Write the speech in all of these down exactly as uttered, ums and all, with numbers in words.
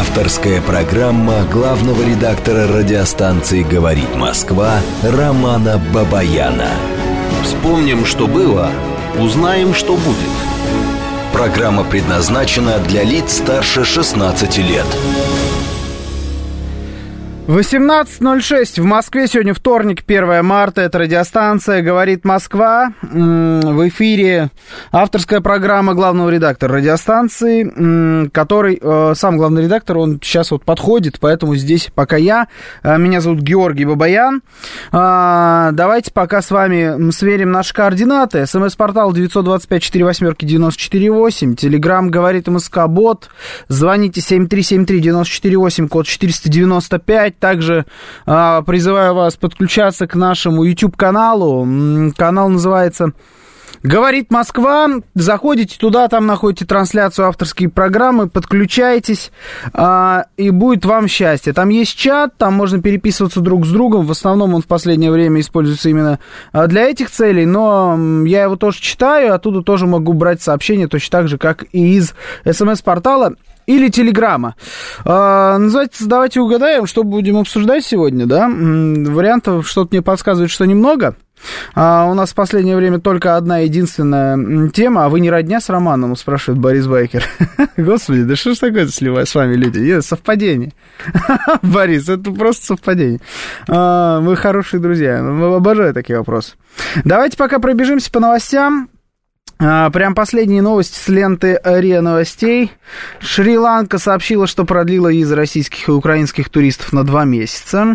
Авторская программа главного редактора радиостанции «Говорит Москва» Романа Бабаяна. Вспомним, что было, узнаем, что будет. Программа предназначена для лиц старше шестнадцати лет. восемнадцать ноль шесть в Москве. Сегодня вторник, первое марта. Это радиостанция «Говорит Москва». В эфире авторская программа главного редактора радиостанции, который, сам главный редактор, он сейчас вот подходит, поэтому здесь пока я. Меня зовут Георгий Бабаян. Давайте пока с вами сверим наши координаты. СМС-портал девять два пять четыре восемь девять четыре восемь. Телеграм «Говорит МСК-бот». Звоните семь три семь три девять четыре восемь, код четыреста девяносто пять. Также а, призываю вас подключаться к нашему YouTube-каналу. Канал называется «Говорит Москва». Заходите туда, там находите трансляцию, авторские программы, подключайтесь, а, и будет вам счастье. Там есть чат, там можно переписываться друг с другом. В основном он в последнее время используется именно для этих целей, но я его тоже читаю, оттуда тоже могу брать сообщения, точно так же, как и из СМС-портала или Телеграма. А, называется, давайте угадаем, что будем обсуждать сегодня, да? Вариантов что-то мне подсказывает, что немного. А, у нас в последнее время только одна единственная тема. А вы не родня с Романом, спрашивает Борис Байкер. Господи, да что ж такое с вами, люди? Нет, совпадение. Борис, это просто совпадение. А, мы хорошие друзья. Обожаю такие вопросы. Давайте пока пробежимся по новостям. Прям последние новости с ленты РИА Новостей. Шри-Ланка сообщила, что продлила визы российских и украинских туристов на два месяца.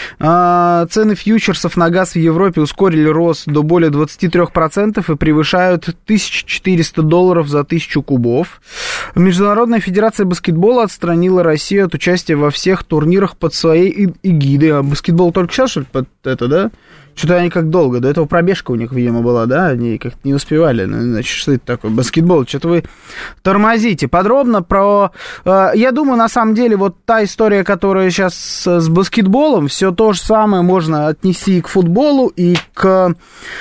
Цены фьючерсов на газ в Европе ускорили рост до более двадцать три процента и превышают тысячу четыреста долларов за тысячу кубов. Международная федерация баскетбола отстранила Россию от участия во всех турнирах под своей эгидой. А баскетбол только сейчас, что ли, под это, да? Что-то они как долго. До этого пробежка у них, видимо, была, да? Они как-то не успевали. Значит, что это такое? Баскетбол. Что-то вы тормозите. Подробно про... Э, я думаю, на самом деле, вот та история, которая сейчас с, с баскетболом, все то же самое можно отнести и к футболу, и к...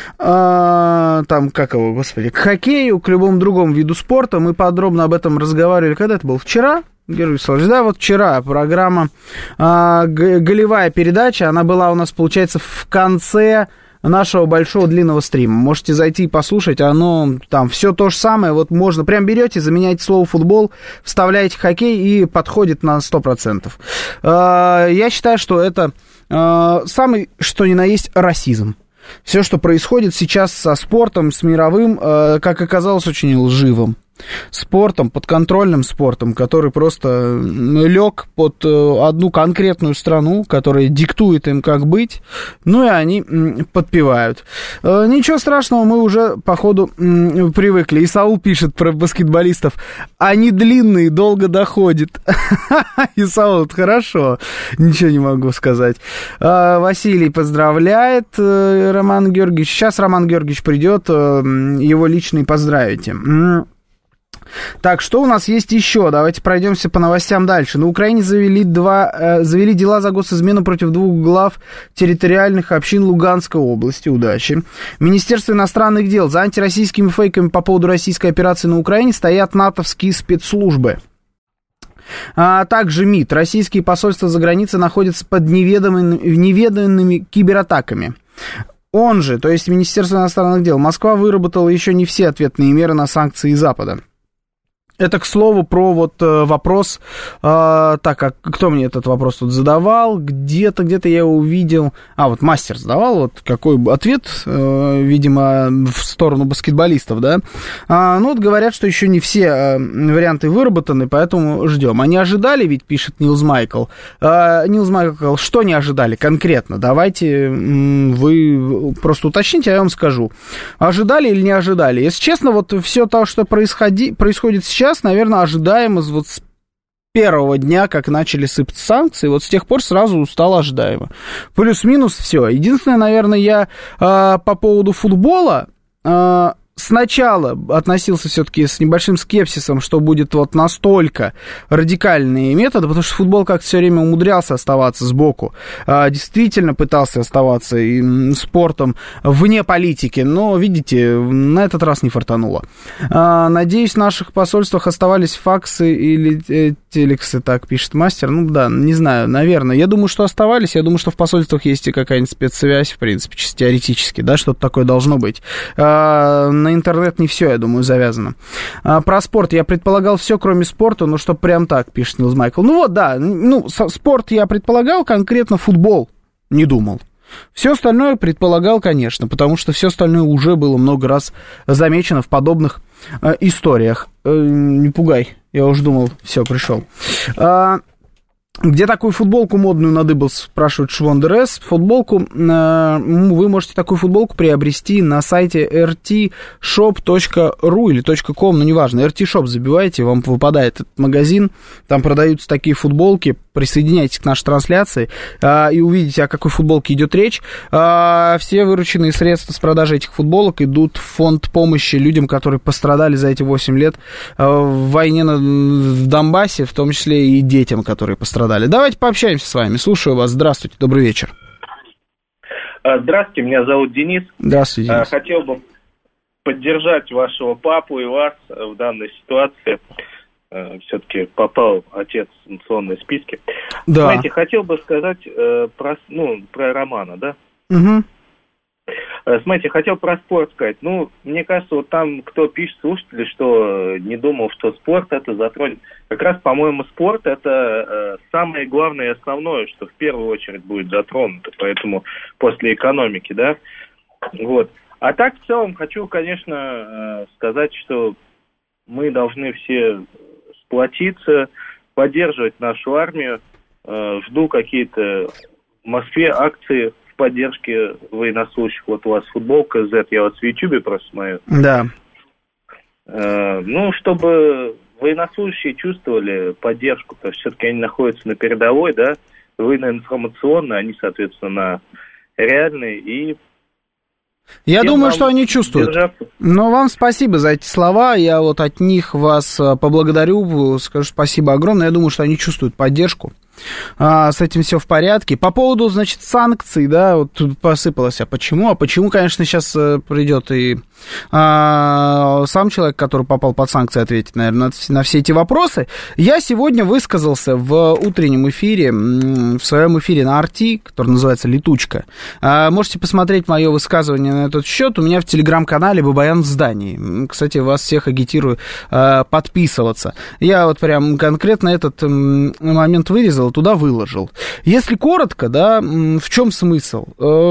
Э, там, как его, господи, к хоккею, к любому другому виду спорта. Мы подробно об этом разговаривали. Когда это было? Вчера? Георгий Вячеславович, да, вот вчера программа э, «Голевая передача», она была у нас, получается, в конце нашего большого длинного стрима. Можете зайти и послушать, оно там все то же самое, вот можно, прям берете, заменяете слово «футбол», вставляете «хоккей» и подходит на сто процентов. Э, я считаю, что это э, самый, что ни на есть, расизм. Все, что происходит сейчас со спортом, с мировым, э, как оказалось, очень лживым. Спортом, подконтрольным спортом, который просто лег под одну конкретную страну, которая диктует им, как быть, ну и они подпевают. Ничего страшного, мы уже, походу, привыкли. Исаул пишет про баскетболистов: они длинные, долго доходят. Исаул, это хорошо, ничего не могу сказать. Василий поздравляет Роман Георгиевич. Сейчас Роман Георгиевич придет, его лично и поздравите. Так, что у нас есть еще? Давайте пройдемся по новостям дальше. На Украине завели, два, э, завели дела за госизмену против двух глав территориальных общин Луганской области. Удачи. Министерство иностранных дел. За антироссийскими фейками по поводу российской операции на Украине стоят натовские спецслужбы. А также МИД. Российские посольства за границей находятся под неведомыми, неведанными кибератаками. Он же, то есть Министерство иностранных дел. Москва выработала еще не все ответные меры на санкции Запада. Это, к слову, про вот э, вопрос, э, так, а кто мне этот вопрос тут задавал, где-то, где-то я его увидел, а, вот мастер задавал, вот какой ответ, э, видимо, в сторону баскетболистов, да, а, ну, вот говорят, что еще не все э, варианты выработаны, поэтому ждем. Они ожидали, ведь пишет Нилс Майкл, э, Нилс Майкл, что не ожидали конкретно, давайте м, вы просто уточните, а я вам скажу, ожидали или не ожидали. Если честно, вот все то, что происходи, происходит сейчас, наверное, ожидаемо вот с первого дня, как начали сыпать санкции, вот с тех пор сразу стало ожидаемо. Плюс-минус все. Единственное, наверное, я э, по поводу футбола э, сначала относился все-таки с небольшим скепсисом, что будет вот настолько радикальные методы, потому что футбол как-то все время умудрялся оставаться сбоку, действительно пытался оставаться и спортом вне политики, но, видите, на этот раз не фартануло. Надеюсь, в наших посольствах оставались факсы или телексы, так пишет мастер. Ну да, не знаю, наверное. Я думаю, что оставались, я думаю, что в посольствах есть и какая-нибудь спецсвязь, в принципе, чисто теоретически, да, что-то такое должно быть. На интернет не все, я думаю, завязано. А, про спорт я предполагал все, кроме спорта, ну, что прям так, пишет Нилс Майкл. Ну, вот, да, ну, спорт я предполагал, конкретно футбол не думал. Все остальное предполагал, конечно, потому что все остальное уже было много раз замечено в подобных э, историях. Э, не пугай, я уже думал, все, пришел. А, где такую футболку модную надыбал, спрашивает Швондерес. Футболку, э, вы можете такую футболку приобрести на сайте эр ти шоп точка ру или .com, ну, неважно, эр ти шоп забиваете, вам выпадает этот магазин, там продаются такие футболки, присоединяйтесь к нашей трансляции э, и увидите, о какой футболке идет речь. Э, все вырученные средства с продажи этих футболок идут в фонд помощи людям, которые пострадали за эти восемь лет э, в войне на, в Донбассе, в том числе и детям, которые пострадали. Давайте пообщаемся с вами. Слушаю вас. Здравствуйте. Добрый вечер. Здравствуйте. Меня зовут Денис. Здравствуйте, Денис. Хотел бы поддержать вашего папу и вас в данной ситуации. Все-таки попал отец в санкционные списки. Да. Знаете, хотел бы сказать про, ну, про Романа, да? Угу. Смотрите, хотел про спорт сказать. Ну, мне кажется, вот там, кто пишет, слушатели, что не думал, что спорт это затронет. Как раз, по-моему, спорт это э, самое главное и основное, что в первую очередь будет затронуто. Поэтому после экономики, да. Вот. А так, в целом, хочу, конечно, э, сказать, что мы должны все сплотиться, поддерживать нашу армию. Э, жду какие-то в Москве акции поддержки военнослужащих. Вот у вас футболка Z, я вас в Ютьюбе просто смотрю. Да. Э, ну, чтобы военнослужащие чувствовали поддержку, потому что все-таки они находятся на передовой, да, вы на информационной, они, соответственно, на реальной, и я думаю, что они чувствуют. Держаться. Но вам спасибо за эти слова. Я вот от них вас поблагодарю, скажу спасибо огромное. Я думаю, что они чувствуют поддержку. А, с этим все в порядке. По поводу, значит, санкций, да, вот тут посыпалось. А почему? А почему, конечно, сейчас придет и а, сам человек, который попал под санкции, ответит, наверное, на, на все эти вопросы. Я сегодня высказался в утреннем эфире, в своем эфире на эр ти, который называется «Летучка». А, можете посмотреть мое высказывание на этот счет у меня в телеграм-канале «Бабаян в здании». Кстати, вас всех агитирую а, подписываться. Я вот прям конкретно этот момент вырезал, туда выложил. Если коротко, да, в чем смысл?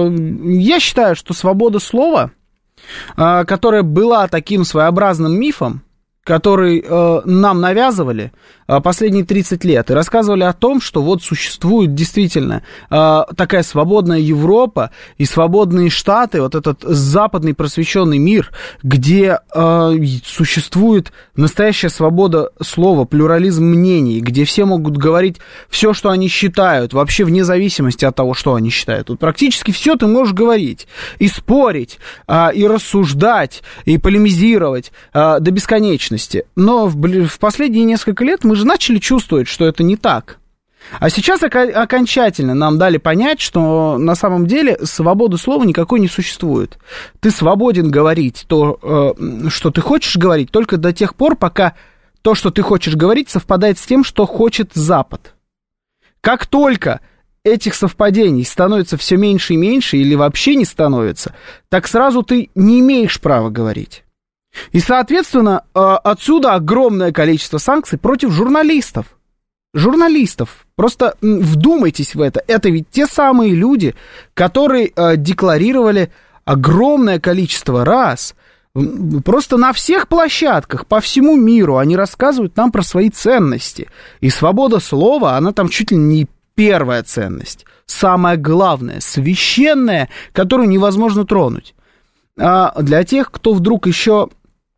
Я считаю, что свобода слова, которая была таким своеобразным мифом, который э, нам навязывали э, последние тридцать лет и рассказывали о том, что вот существует действительно э, такая свободная Европа и свободные Штаты, вот этот западный просвещенный мир, где э, существует настоящая свобода слова, плюрализм мнений, где все могут говорить все, что они считают, вообще вне зависимости от того, что они считают. Вот практически все ты можешь говорить, и спорить, э, и рассуждать, и полемизировать э, до бесконечности. Но в, в последние несколько лет мы же начали чувствовать, что это не так. А сейчас око- окончательно нам дали понять, что на самом деле свободы слова никакой не существует. Ты свободен говорить то, э, что ты хочешь говорить, только до тех пор, пока то, что ты хочешь говорить, совпадает с тем, что хочет Запад. Как только этих совпадений становится все меньше и меньше, или вообще не становится, так сразу ты не имеешь права говорить. И, соответственно, отсюда огромное количество санкций против журналистов. Журналистов. Просто вдумайтесь в это. Это ведь те самые люди, которые декларировали огромное количество раз, просто на всех площадках по всему миру они рассказывают нам про свои ценности. И свобода слова, она там чуть ли не первая ценность. Самая главная, священная, которую невозможно тронуть. А для тех, кто вдруг еще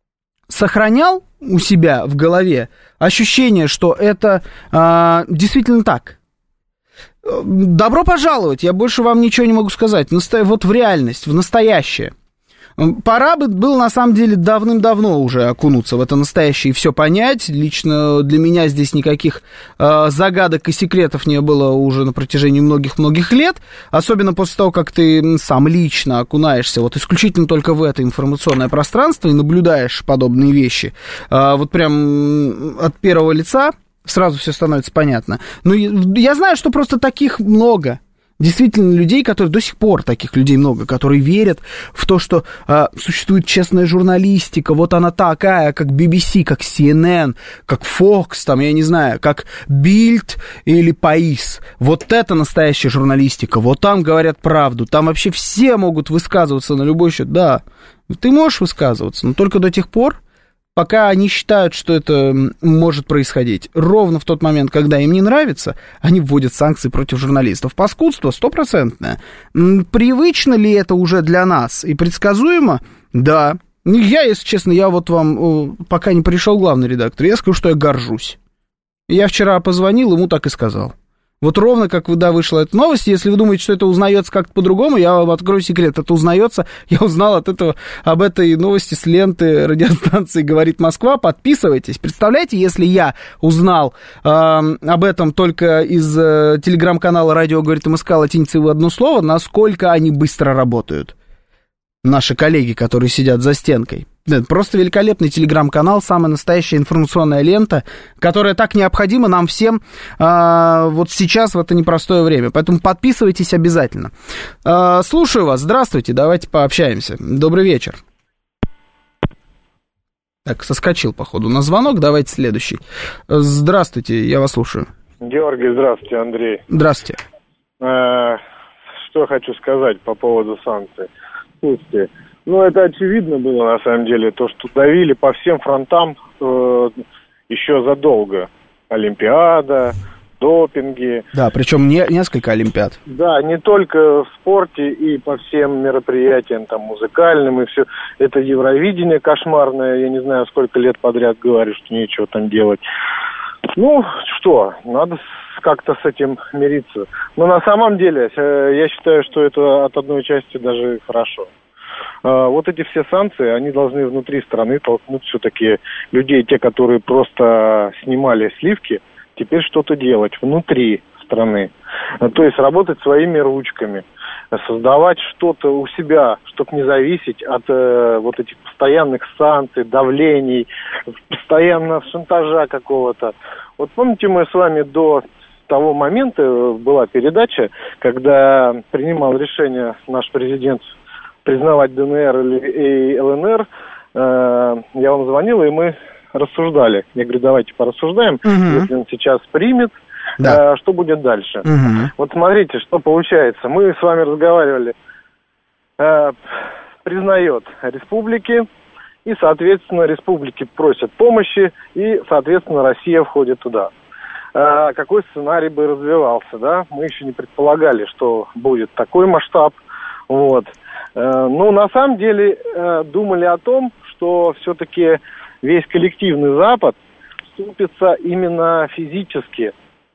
сохранял у себя в голове ощущение, что это а, действительно так. Добро пожаловать, я больше вам ничего не могу сказать. Насто... Вот в реальность, в настоящее. Пора бы было, на самом деле, давным-давно уже окунуться в это настоящее и все понять. Лично для меня здесь никаких э, загадок и секретов не было уже на протяжении многих-многих лет. Особенно после того, как ты сам лично окунаешься вот исключительно только в это информационное пространство и наблюдаешь подобные вещи. Э, вот прям от первого лица сразу все становится понятно. Но я знаю, что просто таких много. Действительно, людей, которые до сих пор, таких людей много, которые верят в то, что э, существует честная журналистика, вот она такая, как би би си, как си эн эн, как Fox, там, я не знаю, как Bild или Паис. Вот это настоящая журналистика, вот там говорят правду, там вообще все могут высказываться на любой счет. Да, ты можешь высказываться, но только до тех пор, пока они считают, что это может происходить. Ровно в тот момент, когда им не нравится, они вводят санкции против журналистов. Паскудство стопроцентное. Привычно ли это уже для нас и предсказуемо? Да. Я, если честно, я вот вам, пока не пришел главный редактор, я скажу, что я горжусь. Я вчера позвонил, ему так и сказал. Вот ровно как, да, вышла эта новость, если вы думаете, что это узнается как-то по-другому, я вам открою секрет, это узнается, я узнал от этого, об этой новости с ленты радиостанции «Говорит Москва», подписывайтесь. Представляете, если я узнал э, об этом только из э, телеграм-канала «Радио говорит МСК» латиницей в одно слово, насколько они быстро работают, наши коллеги, которые сидят за стенкой. Просто великолепный телеграм-канал, самая настоящая информационная лента, которая так необходима нам всем а, вот сейчас, в это непростое время. Поэтому подписывайтесь обязательно. А, слушаю вас. Здравствуйте, давайте пообщаемся. Добрый вечер. Так, соскочил, походу, на звонок. Давайте следующий. Здравствуйте, я вас слушаю. Георгий, здравствуйте, Андрей. Здравствуйте. А, что хочу сказать по поводу санкций. Слушайте, ну, это очевидно было, на самом деле, то, что давили по всем фронтам э, еще задолго. Олимпиада, допинги. Да, причем не, несколько олимпиад. Да, не только в спорте и по всем мероприятиям, там, музыкальным и все. Это Евровидение кошмарное, я не знаю, сколько лет подряд говорю, что нечего там делать. Ну, что, надо как-то с этим мириться. Но на самом деле, э, я считаю, что это от одной части даже хорошо. Вот эти все санкции, они должны внутри страны толкнуть все-таки людей, те, которые просто снимали сливки, теперь что-то делать внутри страны. То есть работать своими ручками, создавать что-то у себя, чтобы не зависеть от э, вот этих постоянных санкций, давлений, постоянного шантажа какого-то. Вот помните, мы с вами до того момента была передача, когда принимал решение наш президент признавать ДНР и ЛНР, э, я вам звонил, и мы рассуждали. Я говорю, давайте порассуждаем, угу. Если он сейчас примет, да. э, что будет дальше. Угу. Вот смотрите, что получается. Мы с вами разговаривали. Э, признает республики, и, соответственно, республики просят помощи, и, соответственно, Россия входит туда. Э, какой сценарий бы развивался, да? Мы еще не предполагали, что будет такой масштаб. Вот. Ну, на самом деле, думали о том, что все-таки весь коллективный Запад вступится именно физически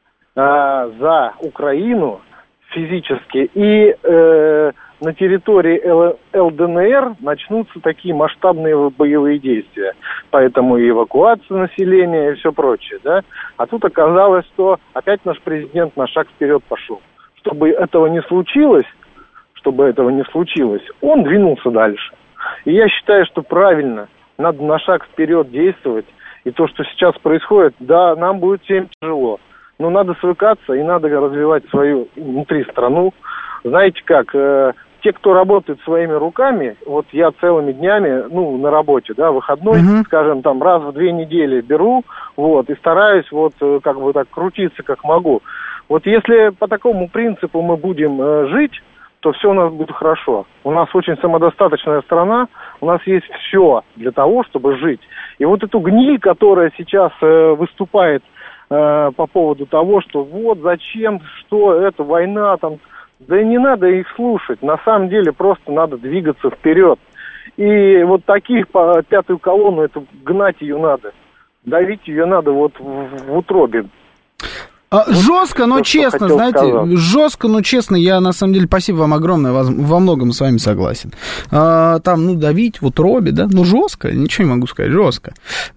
за Украину, физически, и на территории эл дэ эн эр начнутся такие масштабные боевые действия. Поэтому и эвакуация населения, и все прочее, да. А тут оказалось, что опять наш президент на шаг вперед пошел. Чтобы этого не случилось, чтобы этого не случилось, он двинулся дальше. И я считаю, что правильно, надо на шаг вперед действовать. И то, что сейчас происходит, да, нам будет всем тяжело. Но надо свыкаться и надо развивать свою внутри страну. Знаете как, э, те, кто работает своими руками, вот я целыми днями, ну, на работе, да, выходной, uh-huh. скажем, там, раз в две недели беру, вот, и стараюсь, вот, как бы так крутиться, как могу. Вот если по такому принципу мы будем э, жить, то все у нас будет хорошо. У нас очень самодостаточная страна, у нас есть все для того, чтобы жить. И вот эту гниль, которая сейчас э, выступает э, по поводу того, что вот зачем, что это, война, там, да и не надо их слушать. На самом деле просто надо двигаться вперед. И вот таких по пятую колонну, это гнать ее надо. Давить ее надо вот в, в утробе. А, вот жестко, но честно, знаете, сказать. жестко, но честно, я на самом деле, спасибо вам огромное, во многом с вами согласен. А, там, ну, давить в утробе, да, ну, жестко, ничего не могу сказать, жестко.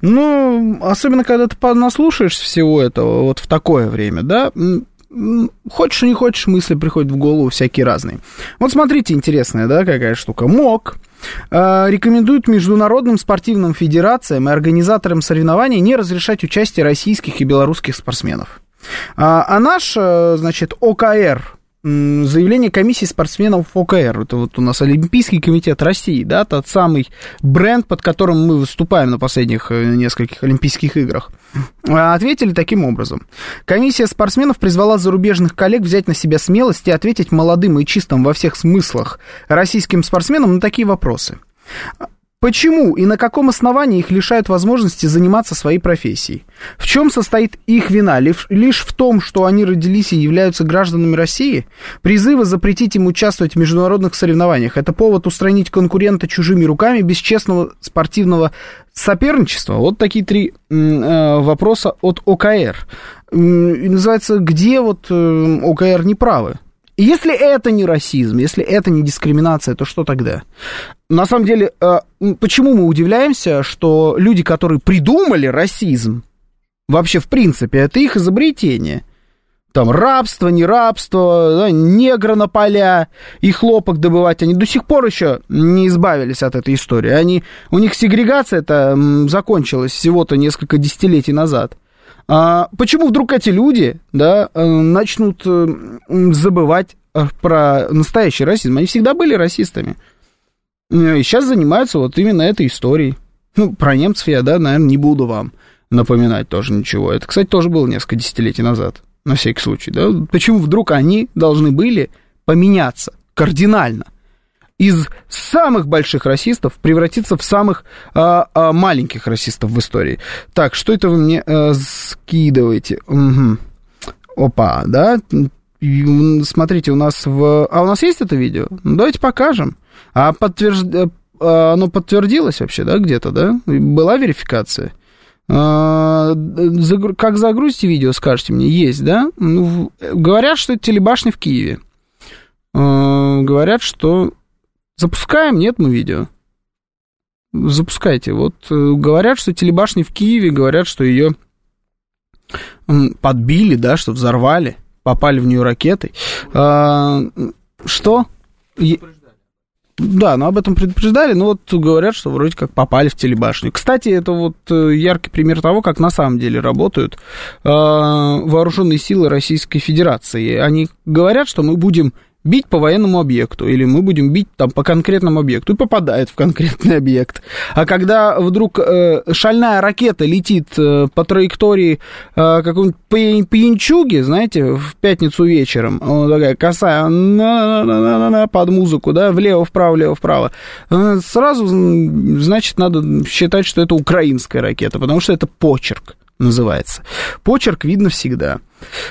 Ну, особенно, когда ты наслушаешься всего этого вот в такое время, да, хочешь не хочешь, мысли приходят в голову всякие разные. Вот смотрите, интересная, да, какая штука. МОК э, рекомендует международным спортивным федерациям и организаторам соревнований не разрешать участие российских и белорусских спортсменов. А, а наш, значит, ОКР, заявление комиссии спортсменов ОКР, это вот у нас Олимпийский комитет России, да, тот самый бренд, под которым мы выступаем на последних нескольких Олимпийских играх, ответили таким образом. Комиссия спортсменов призвала зарубежных коллег взять на себя смелость и ответить молодым и чистым во всех смыслах российским спортсменам на такие вопросы. Почему и на каком основании их лишают возможности заниматься своей профессией? В чем состоит их вина? Лишь в том, что они родились и являются гражданами России? Призывы запретить им участвовать в международных соревнованиях – это повод устранить конкурента чужими руками без честного спортивного соперничества? Вот такие три э, вопроса от ОКР. И называется, где вот э, ОКР неправы? И если это не расизм, если это не дискриминация, то что тогда? На самом деле, почему мы удивляемся, что люди, которые придумали расизм, вообще в принципе, это их изобретение. Там рабство, не рабство, да, негра на поля и хлопок добывать, они до сих пор еще не избавились от этой истории. Они, у них сегрегация-то закончилась всего-то несколько десятилетий назад. А почему вдруг эти люди, да, начнут забывать про настоящий расизм? Они всегда были расистами. И сейчас занимаются вот именно этой историей. Ну, про немцев я, да, наверное, не буду вам напоминать тоже ничего. Это, кстати, тоже было несколько десятилетий назад, на всякий случай, да. Почему вдруг они должны были поменяться кардинально? Из самых больших расистов превратиться в самых а, а, маленьких расистов в истории. Так, что это вы мне а, скидываете? Угу. Опа, да? Смотрите, у нас в... А у нас есть это видео? Ну, давайте покажем. А подтвержд... а, оно подтвердилось вообще, да, где-то, да? Была верификация? А, загру... Как загрузите видео, скажете мне? Есть, да? Ну, говорят, что это телебашня в Киеве. А, говорят, что... Запускаем? Нет, мы видео. Запускайте. Вот говорят, что телебашня в Киеве, говорят, что ее подбили, да, что взорвали, попали в нее ракетой. А, что? Да, ну об этом предупреждали, но вот говорят, что вроде как попали в телебашню. Кстати, это вот яркий пример того, как на самом деле работают э, вооруженные силы Российской Федерации. Они говорят, что мы будем бить по военному объекту, или мы будем бить там по конкретному объекту, и попадает в конкретный объект. А когда вдруг э, шальная ракета летит э, по траектории э, какой-нибудь пьянчуги, знаете, в пятницу вечером, вот такая косая, на-на-на-на-на, под музыку, да, влево-вправо, влево-вправо, э, сразу, значит, надо считать, что это украинская ракета, потому что это почерк называется. Почерк видно всегда.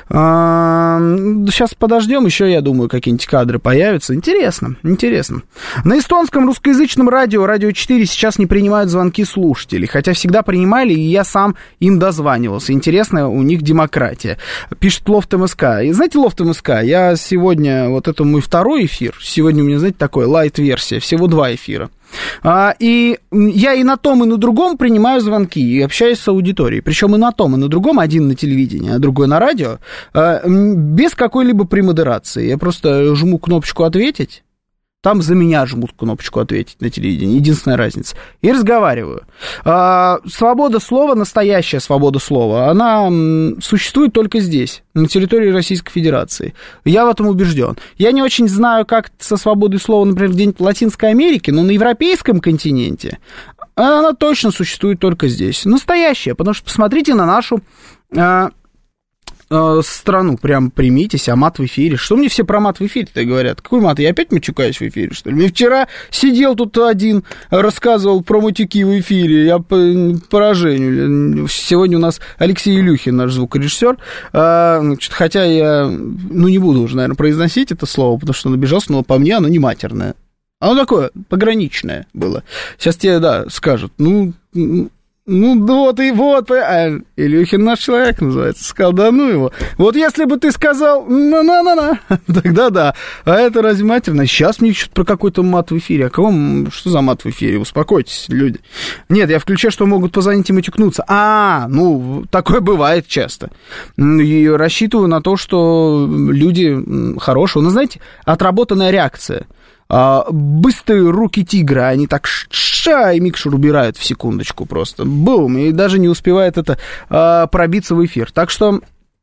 А, сейчас подождем, еще, я думаю, какие-нибудь кадры появятся. Интересно, интересно. На эстонском русскоязычном радио, радио четыре, сейчас не принимают звонки слушателей, хотя всегда принимали, и я сам им дозванивался. Интересная у них демократия. Пишет Лофт МСК. И знаете, Лофт МСК, я сегодня, вот это мой второй эфир, сегодня у меня, знаете, такой лайт-версия, всего два эфира. А, и я и на том, и на другом принимаю звонки и общаюсь с аудиторией. Причем и на том, и на другом, один на телевидении, а другой на радио, а, без какой-либо премодерации. Я просто жму кнопочку «Ответить». Там за меня жмут кнопочку «Ответить» на телевидении. Единственная разница. И разговариваю. А, свобода слова, настоящая свобода слова, она существует только здесь, на территории Российской Федерации. Я в этом убежден. Я не очень знаю, как со свободой слова, например, где-нибудь в Латинской Америке, но на европейском континенте она точно существует только здесь. Настоящая, потому что посмотрите на нашу... А, страну, прям примитесь, а мат в эфире. Что мне все про мат в эфире-то говорят? Какой мат? Я опять матюкаюсь в эфире, что ли? Мне вчера сидел тут один, рассказывал про матюки в эфире. Я по поражению. Сегодня у нас Алексей Илюхин, наш звукорежиссер. А, значит, хотя я, ну, не буду уже, наверное, произносить это слово, потому что он обижался, но по мне оно не матерное. Оно такое пограничное было. Сейчас тебе, да, скажут, ну... Ну, вот и вот, а, Илюхин наш человек называется, сказал, да ну его. Вот если бы ты сказал, на-на-на-на, тогда да. А это разве матерно? Сейчас мне что-то про какой-то мат в эфире. А кого, что за мат в эфире? Успокойтесь, люди. Нет, я включаю, что могут позвонить и матюкнуться. А, ну, такое бывает часто. И рассчитываю на то, что люди хорошие. Ну, знаете, отработанная реакция. Быстрые руки тигра, они так ша и микшер убирают в секундочку просто. Бум, и даже не успевает это а, пробиться в эфир. Так что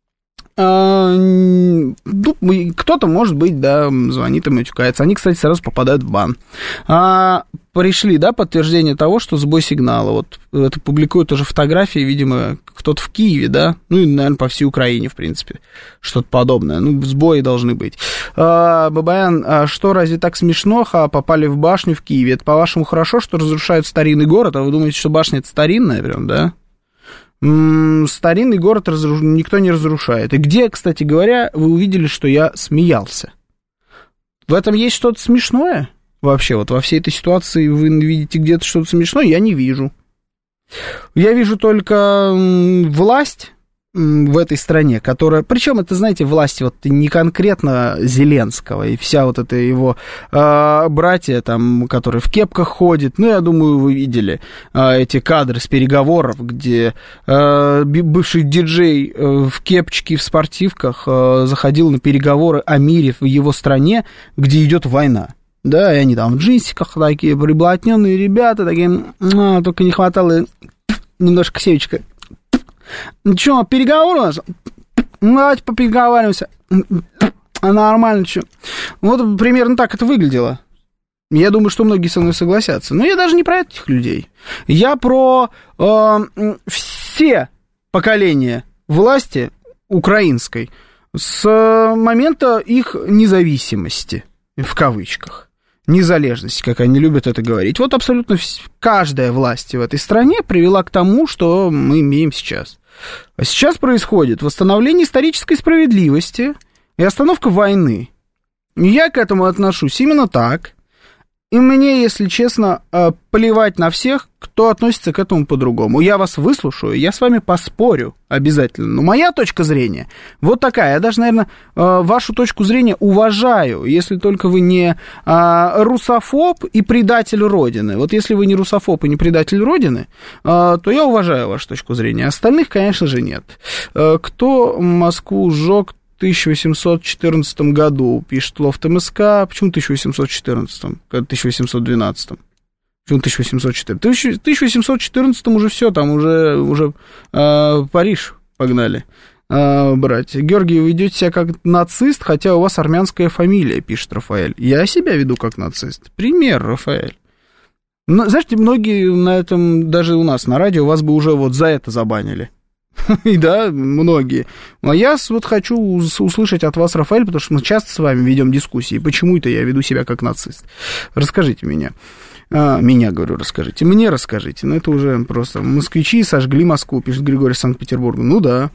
а, ну, кто-то, может быть, да, звонит и матюкается. Они, кстати, сразу попадают в бан. А, пришли, да, подтверждение того, что сбой сигнала. Вот это публикуют уже фотографии, видимо, кто-то в Киеве, да, ну и, наверное, по всей Украине, в принципе, что-то подобное. Ну, сбои должны быть. А, Бабаян, а что, разве так смешно? Ха, попали в башню в Киеве. Это, по-вашему, хорошо, что разрушают старинный город? А вы думаете, что башня это старинная прям, да? М-м, старинный город разруш... никто не разрушает. И где, кстати говоря, вы увидели, что я смеялся? В этом есть что-то смешное? Вообще, вот во всей этой ситуации вы видите где-то что-то смешное? Я не вижу. Я вижу только власть в этой стране, которая... Причем это, знаете, власть вот не конкретно Зеленского и вся вот эта его э, братья, там, которые в кепках ходят. Ну, я думаю, вы видели э, эти кадры с переговоров, где э, бывший диджей э, в кепочке, в спортивках э, заходил на переговоры о мире в его стране, где идет война. Да, и они там в джинсиках такие приблотненные ребята, такие, а, только не хватало немножко севечка. Ну что, переговоры у нас? Ну, давайте попереговариваемся. Нормально, что. Вот примерно так это выглядело. Я думаю, что многие со мной согласятся. Но я даже не про этих людей. Я про э, все поколения власти украинской с момента их независимости, в кавычках. Незалежность, как они любят это говорить. Вот абсолютно каждая власть в этой стране привела к тому, что мы имеем сейчас. А сейчас происходит восстановление исторической справедливости и остановка войны. И я к этому отношусь именно так. И мне, если честно, плевать на всех, кто относится к этому по-другому. Я вас выслушаю, я с вами поспорю обязательно. Но моя точка зрения вот такая. Я даже, наверное, вашу точку зрения уважаю, если только вы не русофоб и предатель Родины. Вот если вы не русофоб и не предатель Родины, то я уважаю вашу точку зрения. Остальных, конечно же, нет. Кто Москву сжег в тысяча восемьсот четырнадцатом году, пишет Лофт МСК. Почему тысяча восемьсот четырнадцатом? тысяча восемьсот двенадцатом. Почему тысяча восемьсот четырнадцатом? В тысяча восемьсот четырнадцатом уже все, там уже, уже э, Париж погнали э, брать. Георгий, вы ведете себя как нацист, хотя у вас армянская фамилия, пишет Рафаэль. Я себя веду как нацист. Пример, Рафаэль. Но, знаете, многие на этом, даже у нас на радио, вас бы уже вот за это забанили. И да, многие. А я вот хочу услышать от вас, Рафаэль, потому что мы часто с вами ведем дискуссии. Почему это я веду себя как нацист? Расскажите меня. А, меня, говорю, расскажите. Мне расскажите. Ну, это уже просто москвичи сожгли Москву, пишет Григорий из Санкт-Петербурга. Ну да.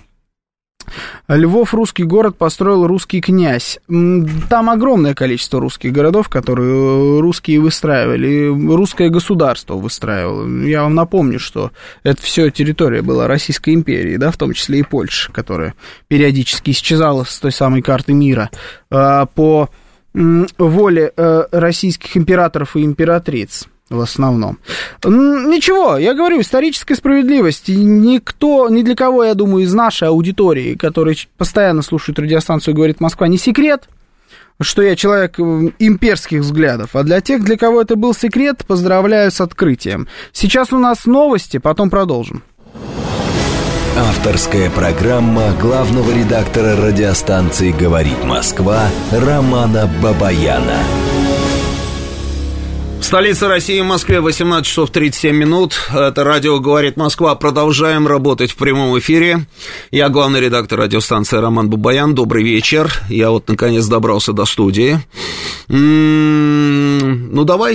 Львов, русский город, построил русский князь. Там огромное количество русских городов, которые русские выстраивали. Русское государство выстраивало. Я вам напомню, что это все территория была Российской империи, да, в том числе и Польша, которая периодически исчезала с той самой карты мира по воле российских императоров и императриц. В основном. Ничего, я говорю, историческая справедливость. Никто, ни для кого, я думаю, из нашей аудитории, которые постоянно слушают радиостанцию «Говорит Москва», не секрет, что я человек имперских взглядов. А для тех, для кого это был секрет, поздравляю с открытием. Сейчас у нас новости, потом продолжим. Авторская программа главного редактора радиостанции «Говорит Москва» Романа Бабаяна. В столице России, в Москве, восемнадцать часов тридцать семь минут. Это радио «Говорит Москва». Продолжаем работать в прямом эфире. Я главный редактор радиостанции Роман Бабаян. Добрый вечер. Я вот, наконец, добрался до студии. М-м-м, ну, давай.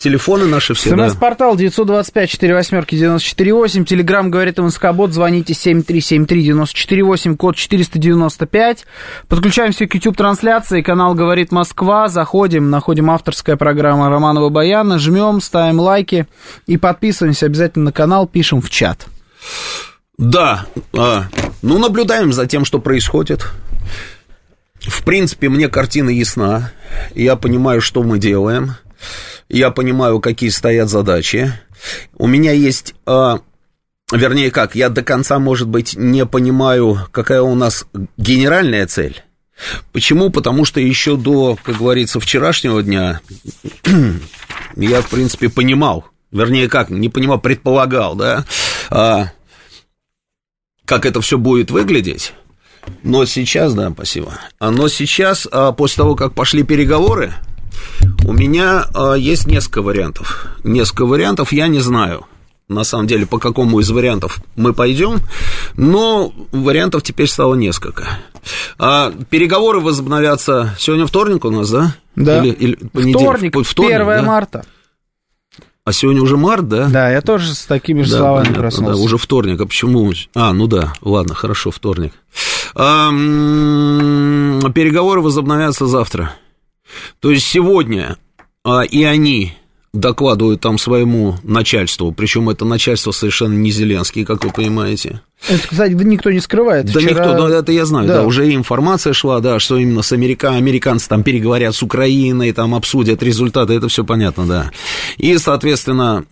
телефоны наши все, да. СМС-портал девятьсот двадцать пять сорок восемь девяносто четыре восемь. Телеграм говорит МСК-бот. Звоните семь три семь три девяносто четыре восемь, код четыреста девяносто пять. Подключаемся к YouTube-трансляции. Канал «Говорит Москва». Заходим, находим авторская программа Романа Бабаяна. Жмем, ставим лайки и подписываемся обязательно на канал, пишем в чат. Да, а, ну, наблюдаем за тем, что происходит. В принципе, мне картина ясна. Я понимаю, что мы делаем. Я понимаю, какие стоят задачи. У меня есть, а, вернее как, я до конца, может быть, не понимаю, какая у нас генеральная цель. Почему? Потому что еще до, как говорится, вчерашнего дня я, в принципе, понимал, вернее как, не понимал, предполагал, да, а, как это все будет выглядеть. Но сейчас, да, спасибо. Но сейчас, а, после того, как пошли переговоры, у меня а, есть несколько вариантов. Несколько вариантов, я не знаю, на самом деле, по какому из вариантов мы пойдем, но вариантов теперь стало несколько. А, переговоры возобновятся сегодня вторник у нас, да? Да. Или, или вторник, вторник, первое марта. А сегодня уже март, да? Да, я тоже с такими же да, словами понятно, проснулся. Да, уже вторник, а почему? А, ну да, ладно, хорошо, вторник. А, м-м, переговоры возобновятся завтра. То есть сегодня а, и они докладывают там своему начальству, причем это начальство совершенно не Зеленский, как вы понимаете. Это, кстати, да никто не скрывает. Да Вчера... никто, да, это я знаю, да. да, уже информация шла, да, что именно с Америка... американцы там переговорят с Украиной, там обсудят результаты, это все понятно, да. И, соответственно,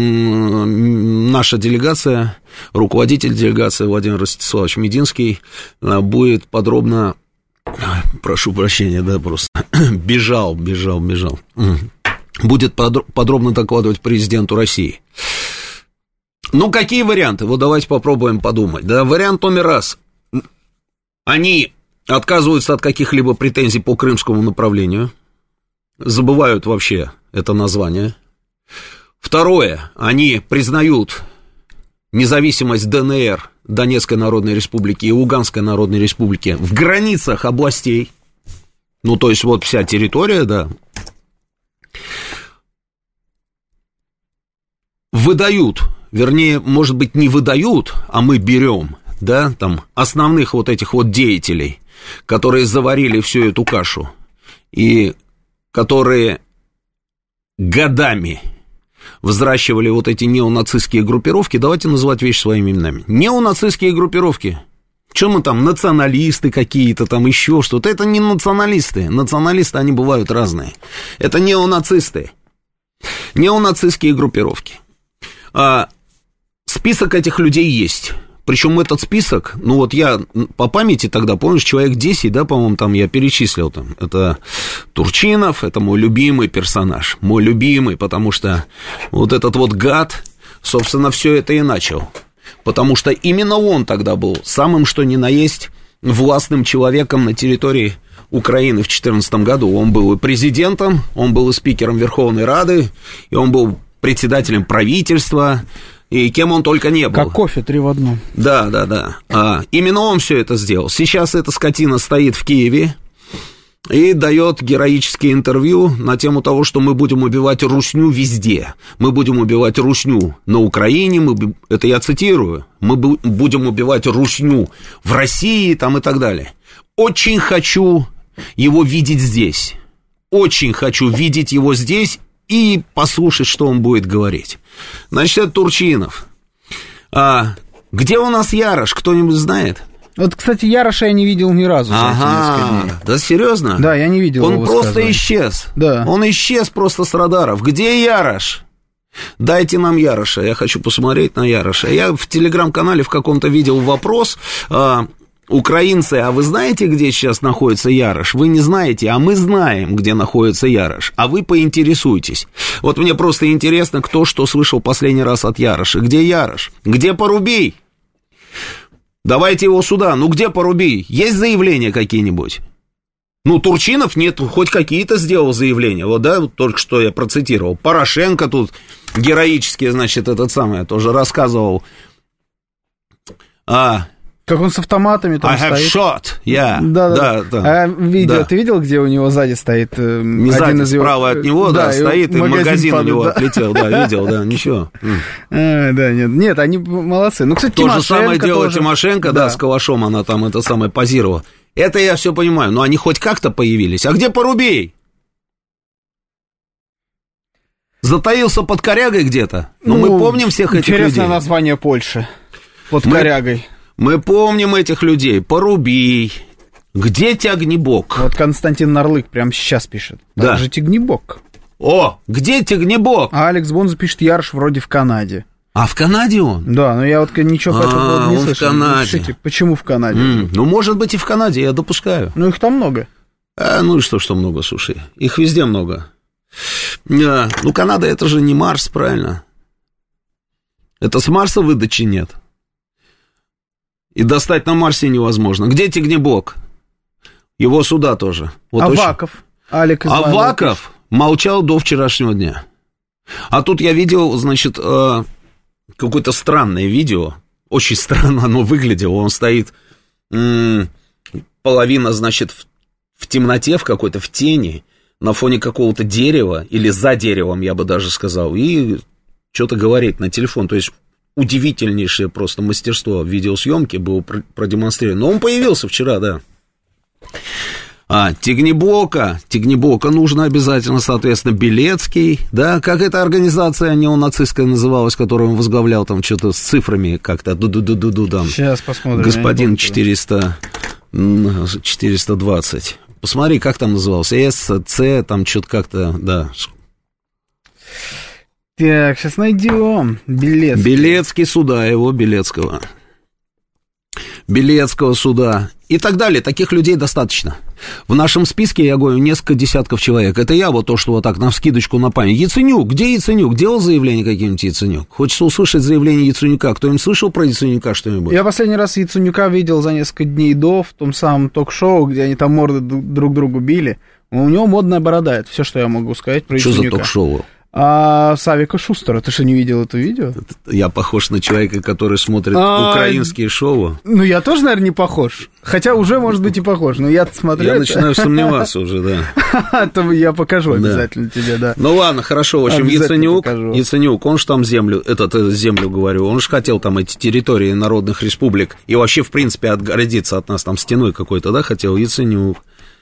наша делегация, руководитель делегации Владимир Ростиславович Мединский будет подробно, прошу прощения, да, просто бежал, бежал, бежал, будет подробно докладывать президенту России. Ну, какие варианты? Вот давайте попробуем подумать. Да, вариант номер раз. Они отказываются от каких-либо претензий по крымскому направлению. Забывают вообще это название. Второе. Они признают независимость ДНР, Донецкой Народной Республики и Луганской Народной Республики в границах областей. Ну, то есть, вот вся территория, да. Выдают, вернее, может быть, не выдают, а мы берем, да, там, основных вот этих вот деятелей, которые заварили всю эту кашу, и которые годами взращивали вот эти неонацистские группировки. Давайте называть вещи своими именами. Неонацистские группировки. Что мы там, националисты какие-то, там еще что-то. Это не националисты. Националисты, они бывают разные. Это неонацисты. Неонацистские группировки. А, список этих людей есть. Причем этот список, ну вот я по памяти тогда, помнишь, человек десять, да, по-моему, там я перечислил там. Это Турчинов, это мой любимый персонаж. Мой любимый, потому что вот этот вот гад, собственно, все это и начал. Потому что именно он тогда был самым что ни на есть властным человеком на территории Украины в две тысячи четырнадцатом году. Он был и президентом, он был и спикером Верховной Рады, и он был председателем правительства, и кем он только не был. Как кофе, три в одном. Да, да, да. А, именно он все это сделал. Сейчас эта скотина стоит в Киеве и дает героические интервью на тему того, что мы будем убивать русню везде. Мы будем убивать русню на Украине, мы, это я цитирую, мы будем убивать русню в России там, и так далее. Очень хочу его видеть здесь. Очень хочу видеть его здесь и послушать, что он будет говорить. Значит, это Турчинов. А где у нас Ярош? Кто-нибудь знает? Вот, кстати, Яроша я не видел ни разу за эти несколько дней. Да, серьезно? Да, я не видел он его просто высказывания. исчез. Да. Он исчез просто с радаров. Где Ярош? Дайте нам Яроша. Я хочу посмотреть на Яроша. Я в телеграм-канале в каком-то видел вопрос... А, украинцы, а вы знаете, где сейчас находится Ярош? Вы не знаете, а мы знаем, где находится Ярош. А вы поинтересуйтесь. Вот мне просто интересно, кто что слышал последний раз от Яроша. Где Ярош? Где Порубий? Давайте его сюда. Ну, где Порубий? Есть заявления какие-нибудь? Ну, Турчинов, нет, хоть какие-то сделал заявления. Вот, да, вот только что я процитировал. Порошенко тут героически, значит, этот самый, я тоже рассказывал. А... Как он с автоматами там I have стоит. shot, yeah. Да, да, да. да. А видео, да. Ты видел, где у него сзади стоит э, Не один сзади, из его... справа от него, да, да стоит, и магазин, магазин у него да. отлетел, да, видел, да, ничего. А, да, нет, нет, они молодцы. Ну, кстати, То же самое делала тоже... Тимошенко, да. да, с Калашом, она там это самое позировала. Это я все понимаю, но они хоть как-то появились. А где Порубей? Затаился под корягой где-то? Но ну, мы помним всех этих людей. Интересное название Польши. Под мы, корягой. Мы помним этих людей. Порубий. Где Тягнебок? Вот Константин Нарлык прямо сейчас пишет. Да. Там же Тягнебок. О, где Тягнебок? А Алекс Бонза пишет, Ярош вроде в Канаде. А в Канаде он? Да, но я вот ничего по этому поводу не слышал. в Канаде. Пишите, почему в Канаде? Mm, ну, может быть, и в Канаде, я допускаю. Ну, их там много. А, ну и что, что много, слушай. Их везде много. А, ну, Канада это же не Марс, правильно? Это с Марса выдачи нет. И достать на Марсе невозможно. Где Тягнебок? Его сюда тоже. Вот Аваков. Очень... Алик Аваков молчал до вчерашнего дня. А тут я видел, значит, какое-то странное видео. Очень странно оно выглядело. Он стоит м- половина, значит, в, в темноте, в какой-то, в тени, на фоне какого-то дерева, или за деревом, я бы даже сказал, и что-то говорит на телефон. То есть удивительнейшее просто мастерство в видеосъемке было продемонстрировано. Но он появился вчера, да. А, Тягнебока, Тягнебока нужно обязательно, соответственно, Белецкий, да, как эта организация неонацистская называлась, которую он возглавлял, там что-то с цифрами как-то, ду-ду-ду-ду-ду, там. Сейчас посмотрим. Господин четыреста, четыреста двадцать. Посмотри, как там назывался, С, С, там что-то как-то, да. Так, сейчас найдем. Белецкий. Белецкий суда, его Белецкого. Белецкого суда и так далее. Таких людей достаточно. В нашем списке, я говорю, несколько десятков человек. Это я вот то, что вот так навскидочку на память. Яценюк, где Яценюк? Делал заявление каким-нибудь Яценюк? Хочется услышать заявление Яценюка. Кто-нибудь слышал про Яценюка что-нибудь? Я последний раз Яценюка видел за несколько дней до, в том самом ток-шоу, где они там морды друг другу били. У него модная борода. Это все, что я могу сказать про Яценюка. Что за ток-шоу? А Савика Шустера, ты что, не видел это видео? Я похож на человека, который смотрит а, украинские шоу. Ну, я тоже, наверное, не похож. Хотя уже, может быть, и похож. Но я-то смотрю. Я это... начинаю сомневаться уже, да. То я покажу обязательно тебе, да. Ну, ладно, хорошо. В общем, Яценюк, Яценюк, он же там землю, этот, землю, говорю, он же хотел там эти территории народных республик и вообще, в принципе, отгородиться от нас там стеной какой-то, да, хотел Яценюк.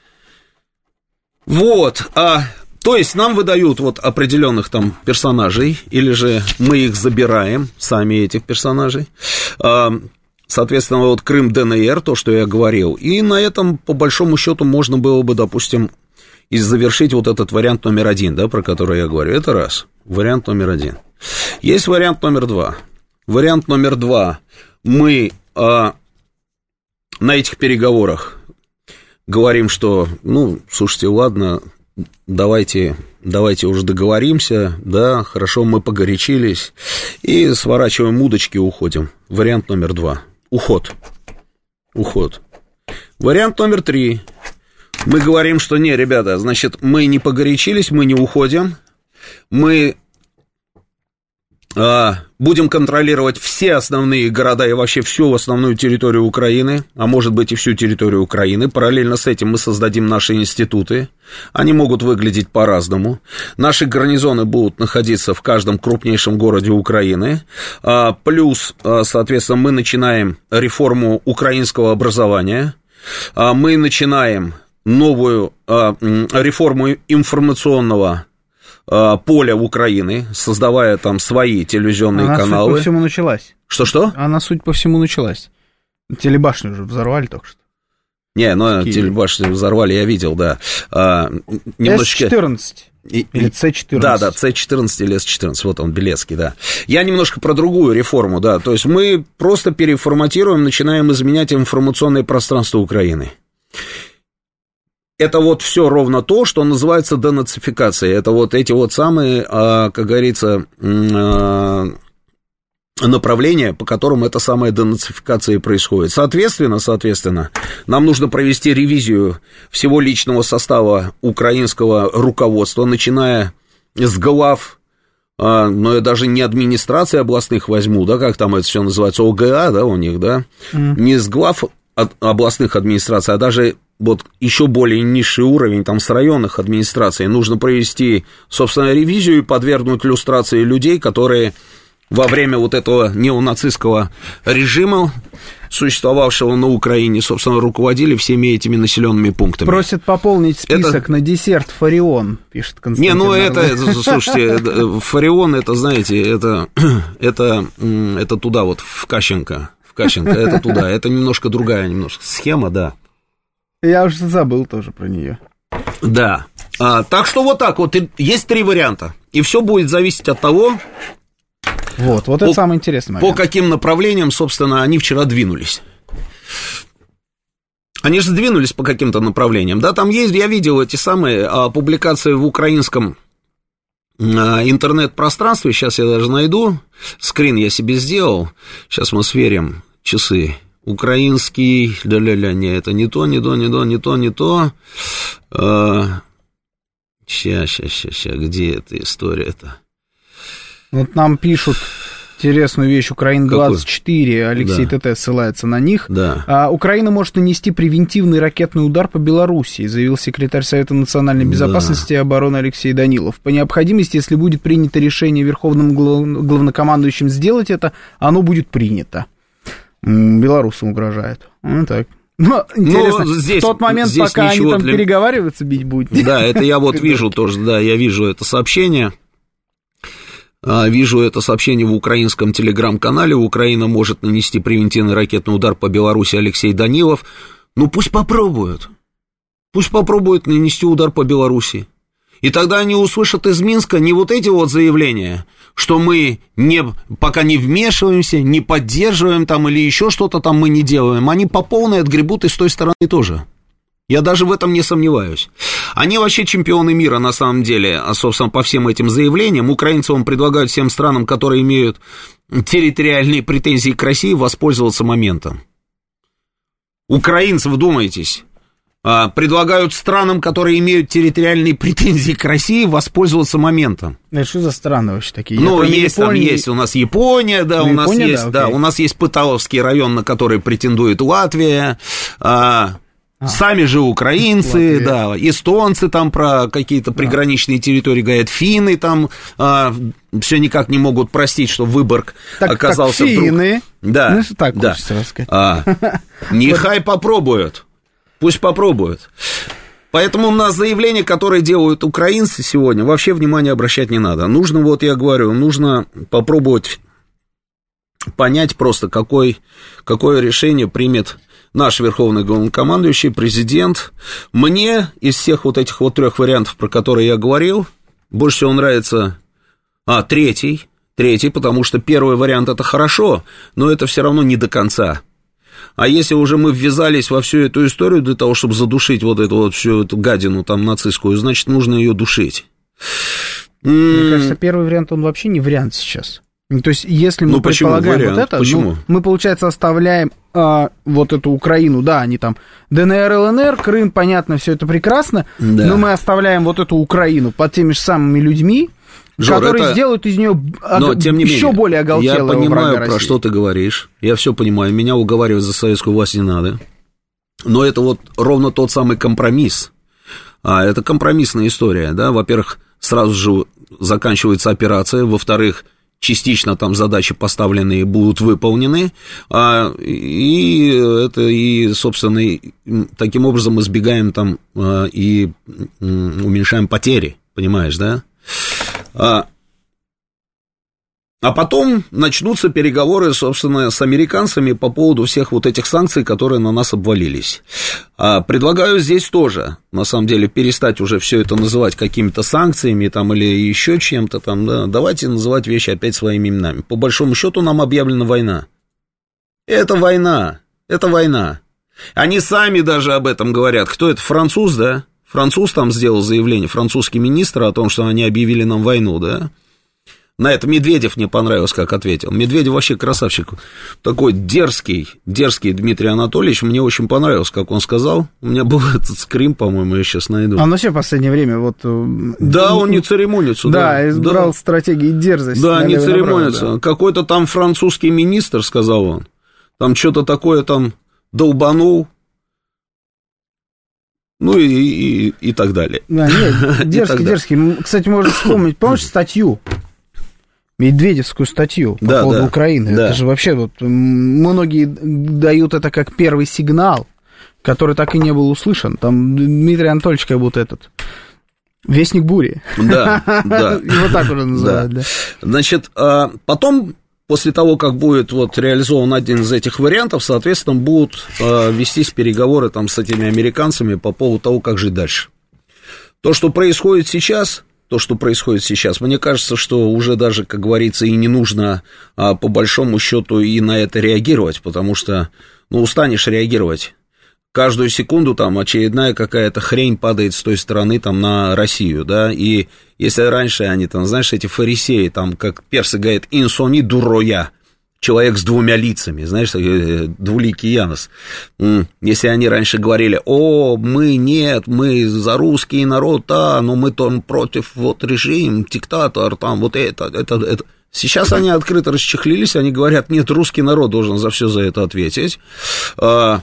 Вот, а... То есть нам выдают вот определенных там персонажей, или же мы их забираем, сами этих персонажей. Соответственно, вот Крым, ДНР, то, что я говорил. И на этом, по большому счету, можно было бы, допустим, и завершить вот этот вариант номер один, да, про который я говорю. Это раз. Вариант номер один. Есть вариант номер два. Вариант номер два. Мы а, на этих переговорах говорим, что, ну, слушайте, ладно... Давайте, давайте уже договоримся, да, хорошо, мы погорячились, и сворачиваем удочки и уходим. Вариант номер два. Уход. Уход. Вариант номер три. Мы говорим, что не, ребята, значит, мы не погорячились, мы не уходим, мы а, будем контролировать все основные города и вообще всю основную территорию Украины, а может быть и всю территорию Украины. Параллельно с этим мы создадим наши институты. Они могут выглядеть по-разному. Наши гарнизоны будут находиться в каждом крупнейшем городе Украины. А, плюс, а, соответственно, мы начинаем реформу украинского образования. А, мы начинаем новую а, реформу информационного поля Украины, создавая там свои телевизионные Она, каналы. Она, суть по всему, началась. Что-что? Она, суть по всему, началась. Телебашню уже взорвали только что. Не, ну, телебашню взорвали, я видел, да. А, немножечко... эс четырнадцать. И, или С четырнадцать. Да, да, С четырнадцать или С четырнадцать, вот он, Белецкий, да. Я немножко про другую реформу, да, то есть мы просто переформатируем, начинаем изменять информационное пространство Украины. Это вот все ровно то, что называется денацификацией. Это вот эти вот самые, как говорится, направления, по которым эта самая денацификация происходит. Соответственно, соответственно, нам нужно провести ревизию всего личного состава украинского руководства, начиная с глав но я даже не администрации областных возьму, да, как там это все называется, ОГА, да, у них, да, mm. не с глав областных администраций, а даже вот еще более низший уровень, там, с районных администраций, нужно провести, собственно, ревизию и подвергнуть люстрации людей, которые во время вот этого неонацистского режима, существовавшего на Украине, собственно, руководили всеми этими населенными пунктами. Просят пополнить список это... на десерт Фарион, пишет Константин. Не, ну это, это, слушайте, Фарион, это, знаете, это, это, это туда вот, в Кащенко, в Кащенко, это туда, это немножко другая немножко схема, да. Я уже забыл тоже про нее. Да, а, так что вот так вот, есть три варианта, и все будет зависеть от того... Вот, вот по, это самый интересный момент. По каким направлениям, собственно, они вчера двинулись. Они же сдвинулись по каким-то направлениям. Да, там есть, я видел эти самые а, публикации в украинском а, интернет-пространстве. Сейчас я даже найду. Скрин я себе сделал. Сейчас мы сверим часы. Украинский, ля-ля-ля, не, это не то, не то, не то, не то, не то. А, ща, ща, ща, ща, где эта история-то? Вот нам пишут интересную вещь, Украина двадцать четыре, Алексей да. ТТ ссылается на них. Да. А, Украина может нанести превентивный ракетный удар по Белоруссии, заявил секретарь Совета национальной безопасности да. и обороны Алексей Данилов. По необходимости, если будет принято решение Верховным главнокомандующим сделать это, оно будет принято. Белорусам угрожает. Ну, так. Ну, интересно, ну, здесь, в тот момент, пока они там для... переговариваются, бить будут. Да, это я вот вижу тоже, да, я вижу это сообщение. Вижу это сообщение в украинском телеграм-канале. Украина может нанести превентивный ракетный удар по Беларуси, Алексей Данилов. Ну, пусть попробуют. Пусть попробуют нанести удар по Беларуси. И тогда они услышат из Минска не вот эти вот заявления, что мы не, пока не вмешиваемся, не поддерживаем там или еще что-то там мы не делаем. Они по полной отгребут и с той стороны тоже. Я даже в этом не сомневаюсь. Они вообще чемпионы мира, на самом деле, а, собственно, по всем этим заявлениям. Украинцы вам предлагают всем странам, которые имеют территориальные претензии к России, воспользоваться моментом. Украинцы, вдумайтесь, предлагают странам, которые имеют территориальные претензии к России, воспользоваться моментом. Это что за страны вообще такие? Ну, есть Японии... там, есть у нас Япония, да, ну, у нас Япония, есть, да, да, у нас есть Пыталовский район, на который претендует Латвия, а, а, сами же украинцы, Латвия. Да, эстонцы там про какие-то приграничные территории говорят, финны там а, все никак не могут простить, что Выборг так, оказался так финны, вдруг... Да, ну, что так да. хочется рассказать. А, нехай попробуют. Пусть попробуют. Поэтому на заявления, которые делают украинцы сегодня, вообще внимания обращать не надо. Нужно, вот я говорю, нужно попробовать понять просто, какой, какое решение примет наш верховный главнокомандующий, президент. Мне из всех вот этих вот трех вариантов, про которые я говорил, больше всего нравится а, третий, третий, потому что первый вариант это хорошо, но это все равно не до конца. А если уже мы ввязались во всю эту историю для того, чтобы задушить вот эту вот всю эту гадину там нацистскую, значит, нужно ее душить. Мне кажется, первый вариант, он вообще не вариант сейчас. То есть, если мы ну, предполагаем вариант? вот это, почему? Ну, мы, получается, оставляем а, вот эту Украину, да, они там ДНР, ЛНР, Крым, понятно, все это прекрасно, да. Но мы оставляем вот эту Украину под теми же самыми людьми, Жор, которые это... сделают из нее Но, тем не еще менее, более оголтелого я понимаю, про России. Что ты говоришь, я все понимаю, меня уговаривать за советскую власть не надо, но это вот ровно тот самый компромисс, а, это компромиссная история, да, во-первых, сразу же заканчивается операция, во-вторых, частично там задачи поставленные будут выполнены, а, и это, и, собственно, и, таким образом избегаем там а, и уменьшаем потери, понимаешь, да? А, а потом начнутся переговоры, собственно, с американцами по поводу всех вот этих санкций, которые на нас обвалились. А, предлагаю здесь тоже, на самом деле, перестать уже все это называть какими-то санкциями там, или еще чем-то там. Да. Давайте называть вещи опять своими именами. По большому счету нам объявлена война. Это война, это война. Они сами даже об этом говорят. Кто это, француз, да? Француз там сделал заявление, французский министр, о том, что они объявили нам войну, да? На это Медведев мне понравилось, как ответил. Медведев вообще красавчик. Такой дерзкий, дерзкий Дмитрий Анатольевич. Мне очень понравилось, как он сказал. У меня был этот скрим, по-моему, я сейчас найду. А он вообще в последнее время вот... Да, он не церемонится. Да, да избрал да. стратегии дерзости. Да, не церемонится. Да. Какой-то там французский министр, сказал он. Там что-то такое там долбанул. Ну и, и, и так далее. Да, нет, дерзкий, дерзкий. Кстати, можно вспомнить, помнишь статью? Медведевскую статью по да, поводу да, Украины. Да. Это же вообще вот многие дают это как первый сигнал, который так и не был услышан. Там Дмитрий Анатольевич как будто этот вестник бури. Да, да. Его так уже называют, да. Значит, потом, после того, как будет вот реализован один из этих вариантов, соответственно, будут вестись переговоры там с этими американцами по поводу того, как жить дальше. То, что происходит сейчас... То, что происходит сейчас, мне кажется, что уже даже, как говорится, и не нужно, а, по большому счету, и на это реагировать, потому что, ну, устанешь реагировать. Каждую секунду там очередная какая-то хрень падает с той стороны там на Россию, да, и если раньше они там, знаешь, эти фарисеи, там, как персы говорят, «инсони дуроя», человек с двумя лицами, знаешь, двуликий Янос. Если они раньше говорили, о, мы нет, мы за русский народ, да, но мы там против вот режим, диктатор, там вот это, это, это. Сейчас они открыто расчехлились, они говорят, нет, русский народ должен за все за это ответить. Это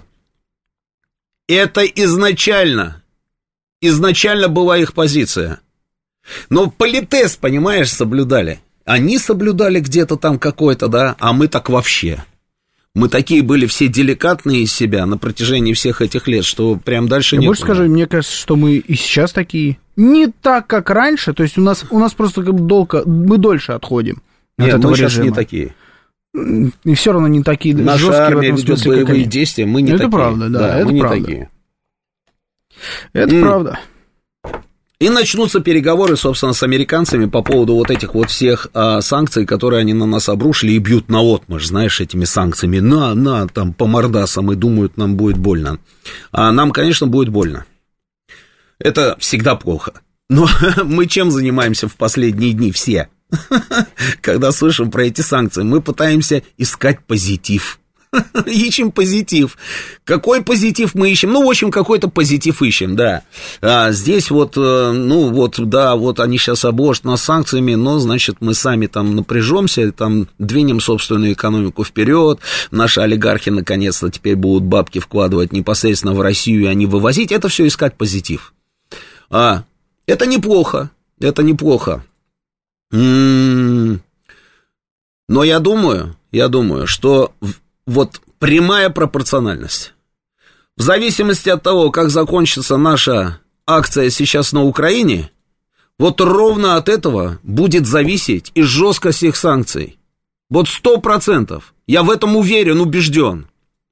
изначально, изначально была их позиция. Но политез, понимаешь, соблюдали. Они соблюдали где-то там какой-то, да, а мы так вообще. Мы такие были все деликатные из себя на протяжении всех этих лет, что прям дальше нет. Больше скажи, мне кажется, что мы и сейчас такие. Не так, как раньше, то есть у нас, у нас просто как бы долго, мы дольше отходим от Нет, этого мы сейчас режима. не такие. И все равно не такие Наша жесткие армия в этом ведет смысле, боевые как они. действия, мы не это такие. Правда, да, да это мы правда. не такие. Это И... правда. И начнутся переговоры, собственно, с американцами по поводу вот этих вот всех а, санкций, которые они на нас обрушили и бьют наотмашь, знаешь, этими санкциями. На, на, там, по мордасам и думают, нам будет больно. А нам, конечно, будет больно. Это всегда плохо. Но мы чем занимаемся в последние дни все? Когда слышим про эти санкции, мы пытаемся искать позитив. Ищем позитив. Какой позитив мы ищем? Ну, в общем, какой-то позитив ищем, да. А здесь вот, ну, вот, да, вот они сейчас обложат нас санкциями, но, значит, мы сами там напряжемся, там двинем собственную экономику вперед, наши олигархи, наконец-то, теперь будут бабки вкладывать непосредственно в Россию, а не вывозить. Это все искать позитив. А, это неплохо, это неплохо. М-м-м. Но я думаю, я думаю, что... Вот прямая пропорциональность. В зависимости от того, как закончится наша акция сейчас на Украине, вот ровно от этого будет зависеть и жесткость их санкций. Вот сто процентов. Я в этом уверен, убежден.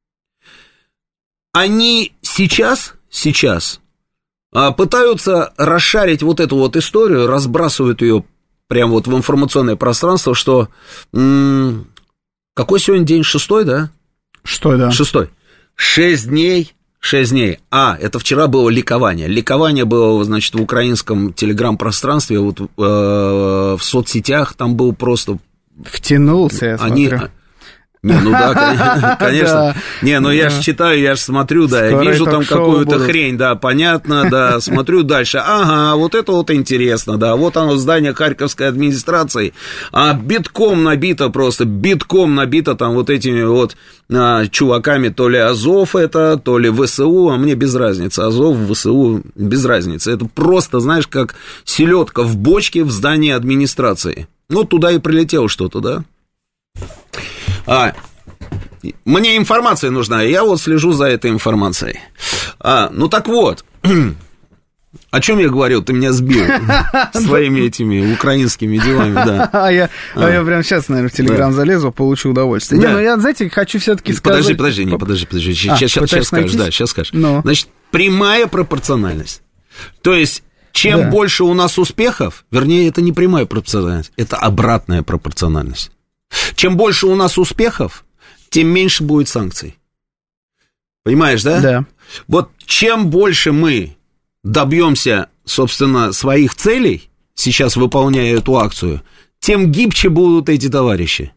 Они сейчас, сейчас пытаются расшарить вот эту вот историю, разбрасывают ее прямо вот в информационное пространство, что... М- Какой сегодня день? Шестой, да? Шестой, да. Шестой. Шесть дней, шесть дней. А, это вчера было ликование. Ликование было, значит, в украинском телеграм-пространстве, вот э, в соцсетях, там был просто... Втянулся, я Они... смотрю. Не, ну да, конечно. Не, ну я же читаю, я же смотрю, да, я вижу там какую-то хрень, да, понятно, да, смотрю дальше. Ага, вот это вот интересно, да, вот оно, здание Харьковской администрации, а битком набито просто, битком набито там вот этими вот а, чуваками, то ли Азов это, то ли ВСУ, а мне без разницы, Азов, ВСУ, без разницы. Это просто, знаешь, как селедка в бочке в здании администрации. Ну, туда и прилетело что-то, да. А, мне информация нужна, я вот слежу за этой информацией. А, ну так вот, о чем я говорил, ты меня сбил своими этими украинскими делами, да. А я, а. А я прямо сейчас, наверное, в Телеграм да. залезу, получу удовольствие. Да. Не, ну я, знаете, хочу все-таки сказать... Подожди, подожди, не, подожди, подожди, сейчас, а, сейчас, сейчас скажешь, да, сейчас скажешь. Но. Значит, прямая пропорциональность. То есть, чем да. больше у нас успехов, вернее, это не прямая пропорциональность, это обратная пропорциональность. Чем больше у нас успехов, тем меньше будет санкций. Понимаешь, да? Да. Вот чем больше мы добьемся, собственно, своих целей, сейчас выполняя эту акцию, тем гибче будут эти товарищи.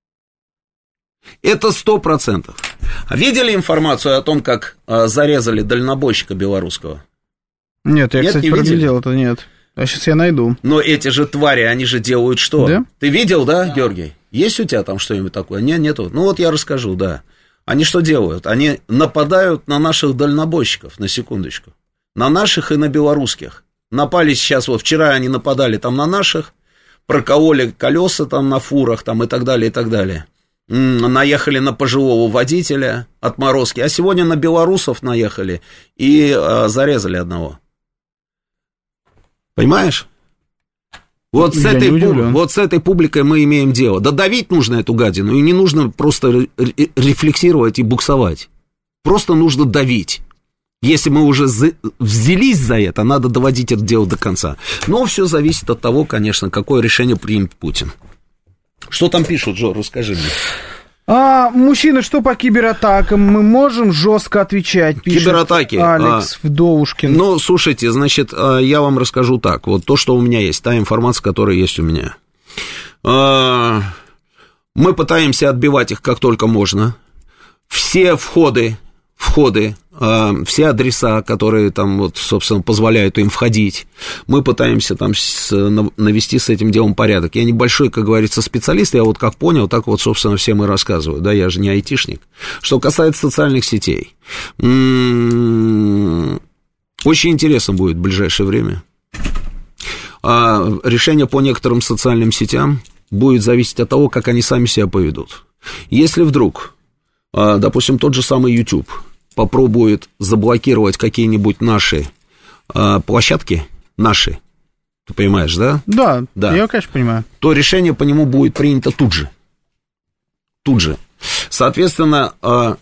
Это сто процентов. А видели информацию о том, как а, зарезали дальнобойщика белорусского? Нет, я, нет, кстати, не проглядел это, нет. А сейчас я найду. Но эти же твари, они же делают что? Да? Ты видел, да, Георгий? Есть у тебя там что-нибудь такое? Нет, нету. Ну вот я расскажу, да. Они что делают? Они нападают на наших дальнобойщиков, на секундочку. На наших и на белорусских. Напали сейчас, вот вчера они нападали там на наших, прокололи колеса там на фурах там и так далее, и так далее. Наехали на пожилого водителя, отморозки, а сегодня на белорусов наехали и а, зарезали одного. Понимаешь? Вот с, этой пуб... вот с этой публикой мы имеем дело. Да давить нужно эту гадину, и не нужно просто рефлексировать и буксовать. Просто нужно давить. Если мы уже за... взялись за это, надо доводить это дело до конца. Но все зависит от того, конечно, какое решение примет Путин. Что там пишут, Джо, расскажи мне. А, мужчины, что по кибератакам? Мы можем жестко отвечать, пишет Кибератаки, Алекс а, Вдовушкин. Ну, слушайте, значит, я вам расскажу так. Вот то, что у меня есть, та информация, которая есть у меня. А, мы пытаемся отбивать их как только можно. Все входы, входы, а, все адреса, которые там, вот, собственно, позволяют им входить, мы пытаемся там с, навести с этим делом порядок. Я небольшой, как говорится, специалист, я вот как понял, так вот, собственно, всем и рассказываю, да, я же не айтишник. Что касается социальных сетей, м-м, очень интересно будет в ближайшее время. А решение по некоторым социальным сетям будет зависеть от того, как они сами себя поведут. Если вдруг, допустим, тот же самый YouTube попробует заблокировать какие-нибудь наши а, площадки, наши, ты понимаешь, да? Да, да, я, конечно, понимаю. То решение по нему будет принято тут же. Тут же. Соответственно, а,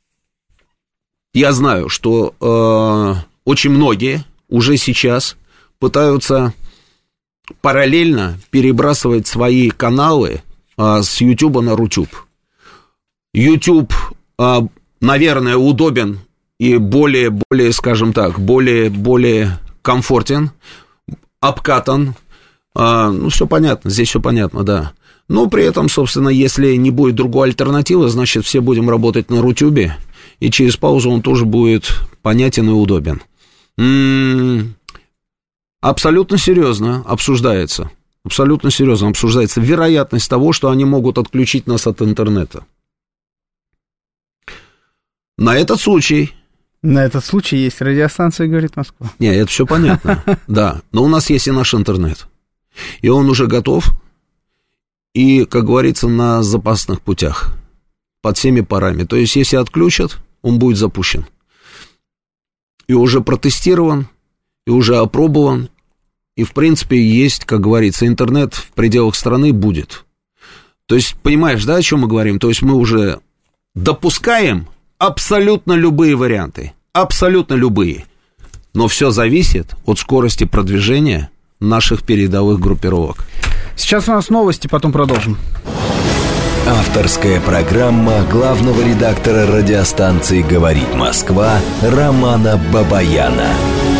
я знаю, что а, очень многие уже сейчас пытаются параллельно перебрасывать свои каналы а, с YouTube на Рутюб. YouTube... А, наверное, удобен и более, более, скажем так, более, более комфортен, обкатан. А, ну, все понятно, здесь все понятно, да. Но при этом, собственно, если не будет другой альтернативы, значит, все будем работать на Рутюбе, и через паузу он тоже будет понятен и удобен. М-м-м, абсолютно серьезно обсуждается, абсолютно серьезно обсуждается вероятность того, что они могут отключить нас от интернета. На этот случай... На этот случай есть радиостанция «Говорит Москва». Не, это все понятно, да. Но у нас есть и наш интернет. И он уже готов. И, как говорится, на запасных путях. Под всеми парами. То есть, если отключат, он будет запущен. И уже протестирован, и уже опробован. И, в принципе, есть, как говорится, интернет в пределах страны будет. То есть, понимаешь, да, о чем мы говорим? То есть, мы уже допускаем... абсолютно любые варианты, абсолютно любые. Но все зависит от скорости продвижения наших передовых группировок. Сейчас у нас новости, потом продолжим. Авторская программа главного редактора радиостанции «Говорит Москва» Романа Бабаяна.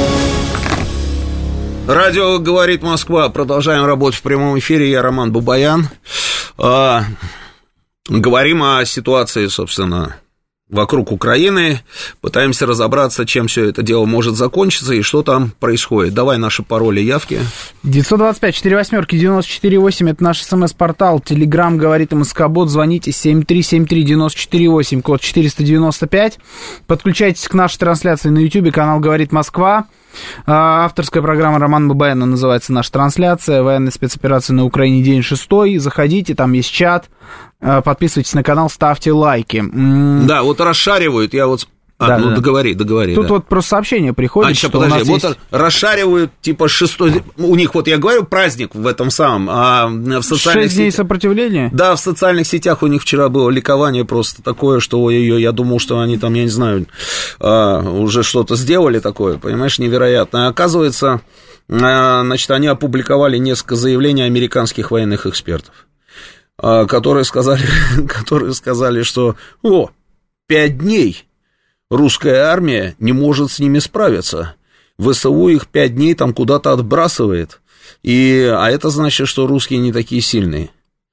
Радио «Говорит Москва». Продолжаем работать в прямом эфире. Я Роман Бабаян. А, говорим о ситуации, собственно, вокруг Украины, пытаемся разобраться, чем все это дело может закончиться и что там происходит. Давай наши пароли, явки. девятьсот двадцать пять сорок восемь девяносто четыре восемь, это наш смс-портал. Телеграм «Говорит МСК-бот», звоните семь три семь три девять четыре восемь, код четыреста девяносто пять. Подключайтесь к нашей трансляции на YouTube, канал «Говорит Москва». Авторская программа Романа Бабаяна называется «Наша трансляция». Военная спецоперация на Украине, день шестой. Заходите, там есть чат. Подписывайтесь на канал, ставьте лайки. Да, вот расшаривают, я вот... А, да, ну да. договори, договори. Тут да. вот просто сообщение приходит, а, что подожди, у нас вот есть... расшаривают, типа, шестой... У них, вот я говорю, праздник в этом самом, а в социальных Шесть дней сетях... сопротивления? Да, в социальных сетях у них вчера было ликование просто такое, что ой-ой-ой, я думал, что они там, я не знаю, уже что-то сделали такое, понимаешь, невероятно. Оказывается, значит, они опубликовали несколько заявлений американских военных экспертов, которые сказали, которые сказали, что, о, пять дней... Русская армия не может с ними справиться. ВСУ их пять дней там куда-то отбрасывает. И, а это значит, что русские не такие сильные.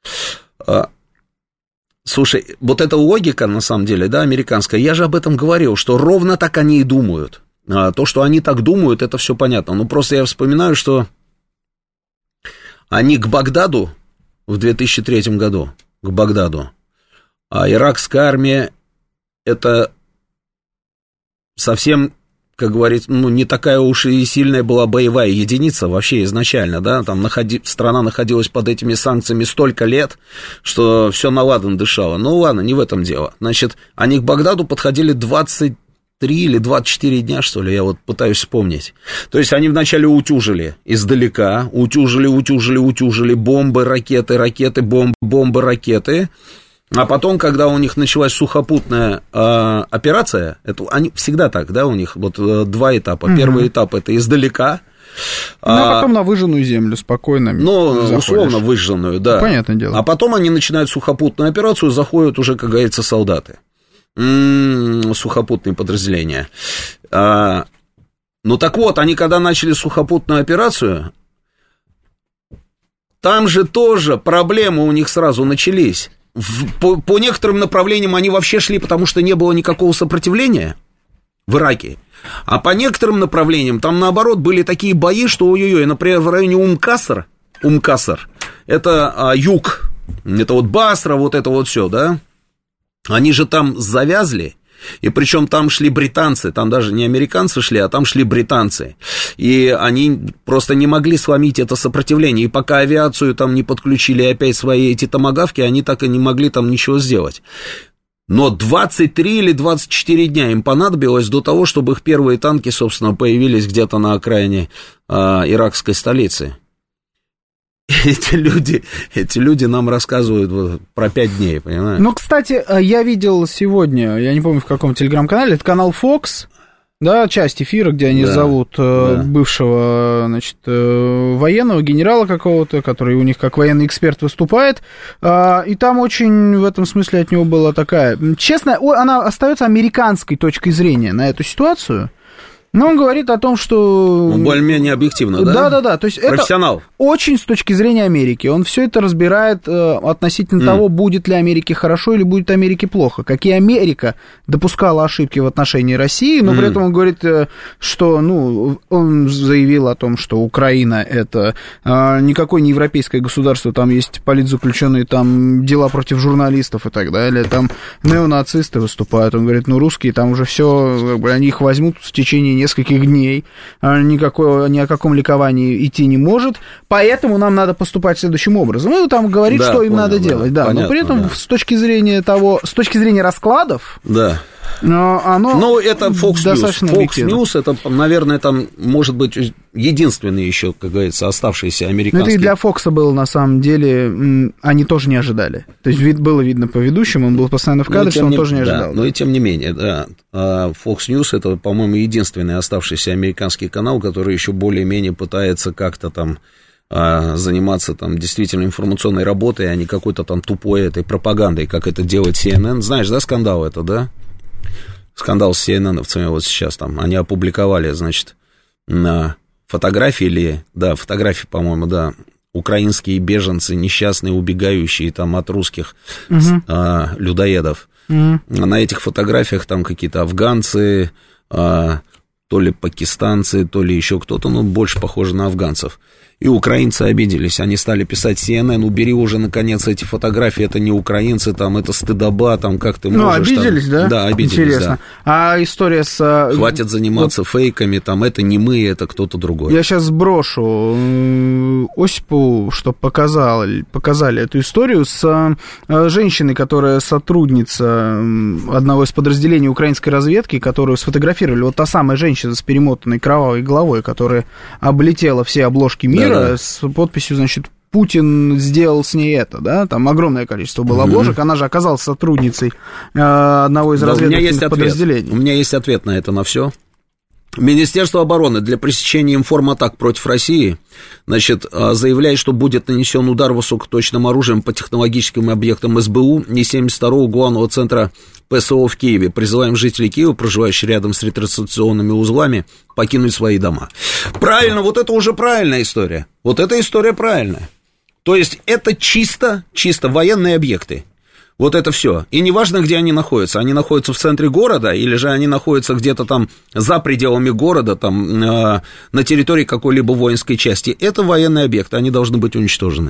Слушай, вот эта логика, на самом деле, да, американская, я же об этом говорил, что ровно так они и думают. То, что они так думают, это все понятно. Ну, просто я вспоминаю, что они к Багдаду в две тысячи третьем году, к Багдаду, а иракская армия, это совсем, как говорится, ну, не такая уж и сильная была боевая единица вообще изначально, да, там находи... страна находилась под этими санкциями столько лет, что все на ладан дышало. Ну, ладно, не в этом дело. Значит, они к Багдаду подходили двадцать три или двадцать четыре дня, что ли, я вот пытаюсь вспомнить. То есть они вначале утюжили издалека, утюжили, утюжили, утюжили, бомбы, ракеты, ракеты, бомбы, бомбы, ракеты. А потом, когда у них началась сухопутная э, операция, это они всегда так, да, у них вот э, два этапа. Угу. Первый этап это издалека. Ну, а потом на выжженную землю спокойно. Ну, условно выжженную, да. Понятное дело. А потом они начинают сухопутную операцию, заходят уже, как говорится, солдаты. М-м, сухопутные подразделения. А, ну, так вот, они когда начали сухопутную операцию, там же тоже проблемы у них сразу начались. В, по, по некоторым направлениям они вообще шли, потому что не было никакого сопротивления в Ираке. А по некоторым направлениям там, наоборот, были такие бои, что ой-ой-ой, например, в районе Ум-Каср, Ум-Каср, это а, юг, это вот Басра, вот это вот все, да, они же там завязли. И причем там шли британцы, там даже не американцы шли, а там шли британцы. И они просто не могли сломить это сопротивление. И пока авиацию там не подключили опять свои эти томагавки, они так и не могли там ничего сделать. Но двадцать три или двадцать четыре дня им понадобилось до того, чтобы их первые танки, собственно, появились где-то на окраине э, иракской столицы. Эти люди, эти люди нам рассказывают вот про пять дней, понимаешь? Ну, кстати, я видел сегодня, я не помню, в каком телеграм-канале, это канал Fox, да, часть эфира, где они да, зовут да. бывшего, значит, военного генерала какого-то, который у них как военный эксперт выступает, и там очень в этом смысле от него была такая, честно, она остается американской точкой зрения на эту ситуацию. Но он говорит о том, что... Он более-менее объективно, да? Да-да-да, то есть профессионал. Это очень с точки зрения Америки. Он все это разбирает э, относительно mm. того, будет ли Америке хорошо или будет Америке плохо. Какие Америка допускала ошибки в отношении России, но mm. при этом он говорит, э, что, ну, он заявил о том, что Украина это э, никакое не европейское государство, там есть политзаключенные, там дела против журналистов и так далее, там неонацисты выступают. Он говорит, ну, русские там уже все, они их возьмут в течение нескольких дней, никакой, ни о каком ликовании идти не может, поэтому нам надо поступать следующим образом. Ну, там говорит, да, что им понял, надо да, делать, да, понятно, но при этом да. с точки зрения того, с точки зрения раскладов, да. оно ну, это Fox News. Fox News, это, наверное, там, может быть, единственный еще, как говорится, оставшийся американский. Ну, это и для Фокса было, на самом деле, они тоже не ожидали. То есть, вид, было видно по ведущему, он был постоянно в кадре, что он не, тоже не ожидал. Да, но и тем не менее, да, Fox News, это, по-моему, единственный оставшийся американский канал, который еще более-менее пытается как-то там заниматься там действительно информационной работой, а не какой-то там тупой этой пропагандой, как это делает си эн эн. Знаешь, да, скандал это, да? Скандал с си эн эн-овцами вот сейчас там. Они опубликовали, значит, на фотографии или... Да, фотографии, по-моему, да. Украинские беженцы, несчастные, убегающие там от русских угу. а, людоедов. Угу. На этих фотографиях там какие-то афганцы, а, то ли пакистанцы, то ли еще кто-то, ну, больше похоже на афганцев. И украинцы обиделись, они стали писать си эн эн, убери уже, наконец, эти фотографии, это не украинцы, там, это стыдоба, там, как ты можешь... Ну, обиделись, там... да? Да, обиделись, интересно. Да. А история с... Хватит заниматься вот... фейками, там, это не мы, это кто-то другой. Я сейчас сброшу Осипу, чтобы показали, показали эту историю с женщиной, которая сотрудница одного из подразделений украинской разведки, которую сфотографировали, вот та самая женщина с перемотанной кровавой головой, которая облетела все обложки мира, да, с подписью, значит, Путин сделал с ней это, да, там огромное количество было обложек, mm-hmm. она же оказалась сотрудницей э, одного из да, разведывательных подразделений. У меня есть ответ на это, на все. Министерство обороны для пресечения информатак против России, значит, заявляет, что будет нанесен удар высокоточным оружием по технологическим объектам эс бэ у и семьдесят второго главного центра пэ эс о в Киеве. Призываем жителей Киева, проживающих рядом с ретрансляционными узлами, покинуть свои дома. Правильно, вот это уже правильная история. Вот эта история правильная. То есть это чисто, чисто военные объекты. Вот это все. И неважно, где они находятся. Они находятся в центре города, или же они находятся где-то там за пределами города, там, э, на территории какой-либо воинской части. Это военные объекты, они должны быть уничтожены.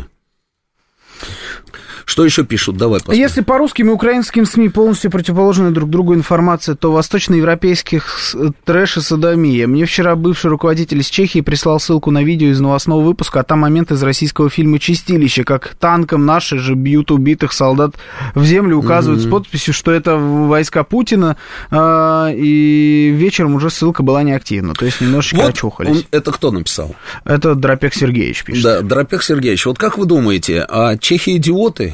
Что еще пишут? Давай посмотрим. Если по русским и украинским СМИ полностью противоположны друг другу информация, то восточноевропейских трэш и содомия. Мне вчера бывший руководитель из Чехии прислал ссылку на видео из новостного выпуска, а там момент из российского фильма «Чистилище», как танком наши же бьют убитых солдат в землю, указывают mm-hmm. с подписью, что это войска Путина, и вечером уже ссылка была неактивна, то есть немножечко вот очухались. Он, это кто написал? Это Дропек Сергеевич пишет. Да, Дропек Сергеевич, вот как вы думаете, а чехи идиоты?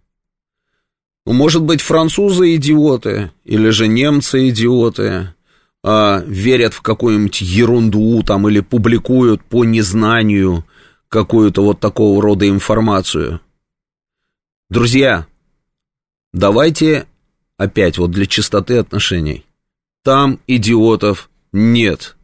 Может быть, французы идиоты, или же немцы идиоты, а, верят в какую-нибудь ерунду там, или публикуют по незнанию какую-то вот такого рода информацию. Друзья, давайте опять вот для чистоты отношений. Там идиотов нет.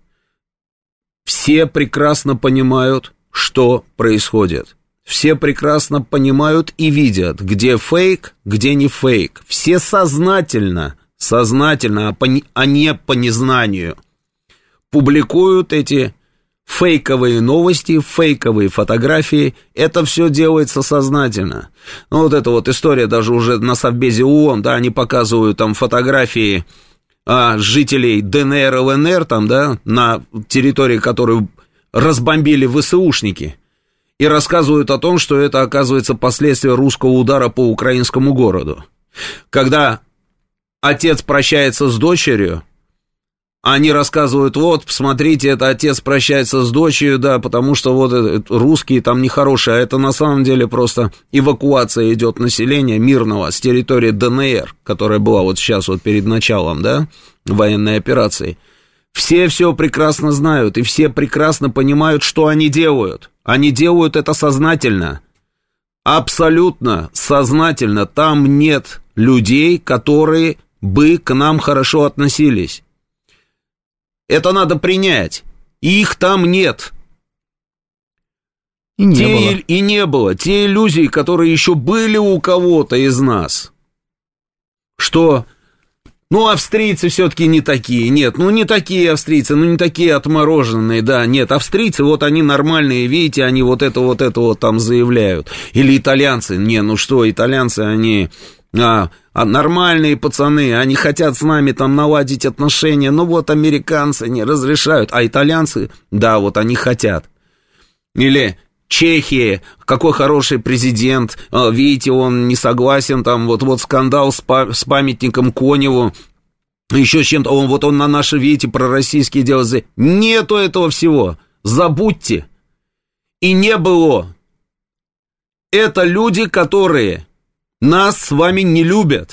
Все прекрасно понимают, что происходит. Все прекрасно понимают и видят, где фейк, где не фейк. Все сознательно, сознательно, а не по незнанию, публикуют эти фейковые новости, фейковые фотографии. Это все делается сознательно. Ну, вот эта вот история даже уже на Совбезе ООН, да, они показывают там фотографии а, жителей дэ эн эр, эл эн эр, там, да, на территории, которую разбомбили вэ эс эушники. И рассказывают о том, что это, оказывается, последствия русского удара по украинскому городу. Когда отец прощается с дочерью, они рассказывают, вот, посмотрите, это отец прощается с дочерью, да, потому что вот русские там нехорошие, а это на самом деле просто эвакуация идет населения мирного с территории дэ эн эр, которая была вот сейчас вот перед началом, да, военной операции. Все все прекрасно знают, и все прекрасно понимают, что они делают. Они делают это сознательно. Абсолютно сознательно. Там нет людей, которые бы к нам хорошо относились. Это надо принять. Их там нет. И не Те, было. И не было. Те иллюзии, которые еще были у кого-то из нас, что... Ну, австрийцы все-таки не такие, нет, ну, не такие австрийцы, ну, не такие отмороженные, да, нет, австрийцы, вот они нормальные, видите, они вот это, вот это вот там заявляют, или итальянцы, не, ну что, итальянцы, они а, а нормальные пацаны, они хотят с нами там наладить отношения, ну, вот американцы не разрешают, а итальянцы, да, вот они хотят, или... Чехия, какой хороший президент, видите, он не согласен, там вот, вот скандал с, па- с памятником Коневу, еще с чем-то, он, вот он на наши, видите, пророссийские дела, нету этого всего, забудьте, и не было. Это люди, которые нас с вами не любят.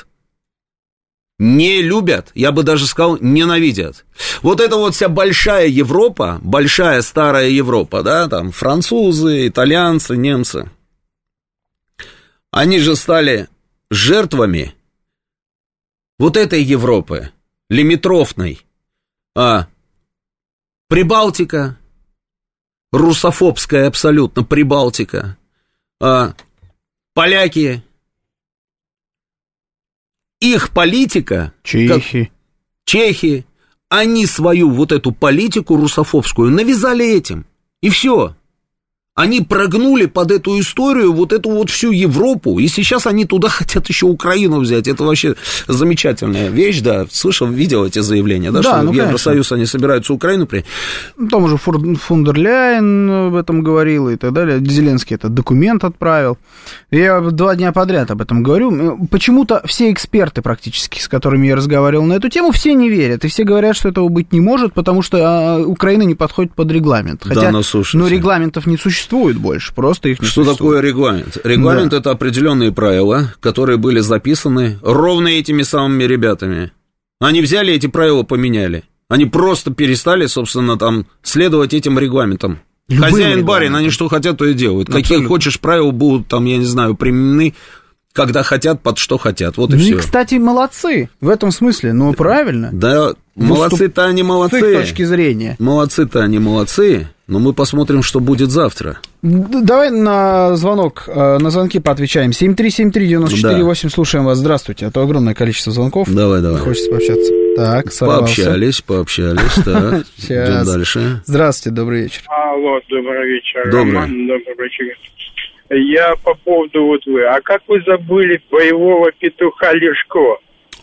Не любят, я бы даже сказал, ненавидят. Вот эта вот вся большая Европа, большая старая Европа, да, там французы, итальянцы, немцы, они же стали жертвами вот этой Европы, лимитрофной. А, Прибалтика, русофобская абсолютно Прибалтика, а, поляки. Их политика... Чехи. Как, чехи. Они свою вот эту политику русофобскую навязали этим. И все. Они прогнули под эту историю вот эту вот всю Европу, и сейчас они туда хотят еще Украину взять. Это вообще замечательная вещь, да. Слышал, видел эти заявления, да, да что ну, в Евросоюз они собираются Украину принять. Там уже фон дер Ляйен об этом говорил и так далее. Зеленский этот документ отправил. Я два дня подряд об этом говорю. Почему-то все эксперты практически, с которыми я разговаривал на эту тему, все не верят. И все говорят, что этого быть не может, потому что Украина не подходит под регламент. Хотя, да, но слушайте. Но регламентов не существует. Существует больше, просто их не Что существует. такое регламент? Регламент да. Это определенные правила, которые были записаны ровно этими самыми ребятами. Они взяли эти правила, поменяли. Они просто перестали, собственно, там, следовать этим регламентам. Любым Хозяин, барин, регламентом. они что хотят, то и делают. Абсолютно. Какие хочешь правила будут, там, я не знаю, применены, когда хотят, под что хотят. Вот и Ну все. и, кстати, молодцы в этом смысле, ну, правильно. Да, Ну, молодцы-то они молодцы. С их точки зрения. Молодцы-то они молодцы, но мы посмотрим, что будет завтра. Д- Давай на звонок, э, на звонки поотвечаем. семь три семь три девять четыре восемь, слушаем вас. Здравствуйте, а то огромное количество звонков. Давай, давай. Хочется пообщаться. Так, сорвался. Пообщались, пообщались, так. Сейчас. Идем дальше. Здравствуйте, добрый вечер. Алло, добрый вечер. Добрый. Роман, добрый вечер. Я по поводу вот вы. А как вы забыли боевого петуха Лешко?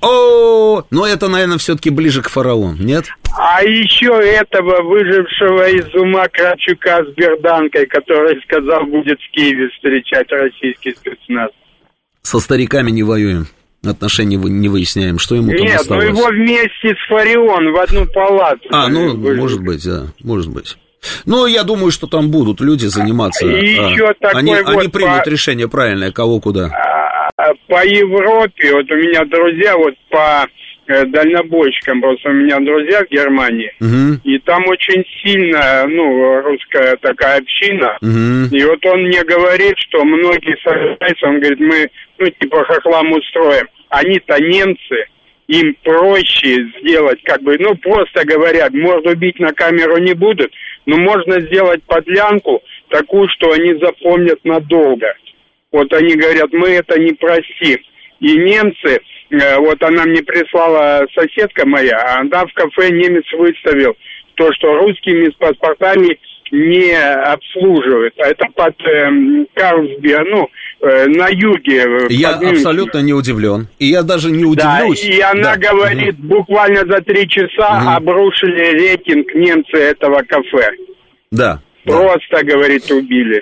О, но это, наверное, все-таки ближе к фараону, нет? А еще этого выжившего из ума Кравчука с берданкой, который сказал, будет в Киеве встречать российский спецназ. Со стариками не воюем, отношения вы- не выясняем, что ему там Нет, осталось. ну его вместе с Фарион в одну палату. А, ну, Выжили. может быть, да, может быть. Ну, я думаю, что там будут люди заниматься. И а, еще такой они, вот они примут по- решение правильное, кого куда. А, По Европе, вот у меня друзья вот по э, дальнобойщикам, просто у меня друзья в Германии, Угу, и там очень сильно, ну, русская такая община, угу. и вот он мне говорит, что многие соглашаются, он говорит, мы, ну, типа, хохлам устроим. Они-то немцы, им проще сделать, как бы, ну, просто говорят, может, убить на камеру не будут, но можно сделать подлянку такую, что они запомнят надолго. Вот они говорят, мы это не простим. И немцы, э, вот она мне прислала соседка моя, она в кафе немец выставил то, что русскими с паспортами не обслуживают. А это под э, Карлсберг, ну, э, на юге. Я под Мюнхеном. абсолютно не удивлен. И я даже не Да, удивлюсь. и она Да. говорит, буквально за три часа Мгм. обрушили рейтинг немцы этого кафе. Да. да. Просто, говорит, убили.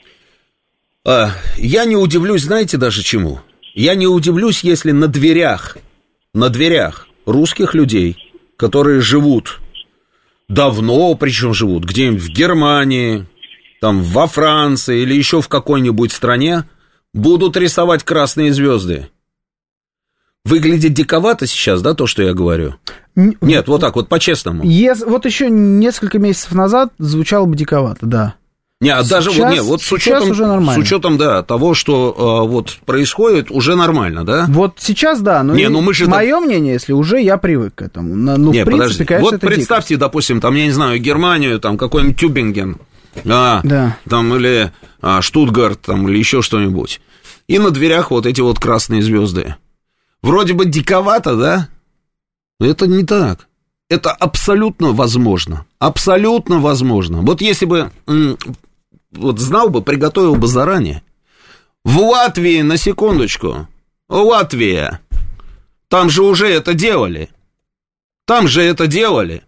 А, я не удивлюсь, знаете даже чему? Я не удивлюсь, если на дверях, на дверях русских людей, которые живут давно, причем живут где-нибудь в Германии, там во Франции или еще в какой-нибудь стране, будут рисовать красные звезды. Выглядит диковато сейчас, да, то, что я говорю? Н- Нет, вот так вот, по-честному. Ес- Вот еще несколько месяцев назад звучало бы диковато, да. Не, а даже вот, Сейчас- не, вот с сейчас учетом, уже нормально. с учетом, да, того, что а, вот происходит, уже нормально, да? Вот сейчас, да, но Не, и ну мы же мое мнение, если уже я привык к этому. На- Ну, Не, в принципе, подожди. конечно, Вот это представьте, допустим, там, я не знаю, Германию, там, какой-нибудь Тюбинген, а, Да. там, или а, Штутгарт, там, или еще что-нибудь. И на дверях вот эти вот красные звезды. Вроде бы диковато, да? Но это не так. Это абсолютно возможно. Абсолютно возможно. Вот если бы, м, вот знал бы, приготовил бы заранее. В Латвии, на секундочку, Латвия, там же уже это делали. Там же это делали.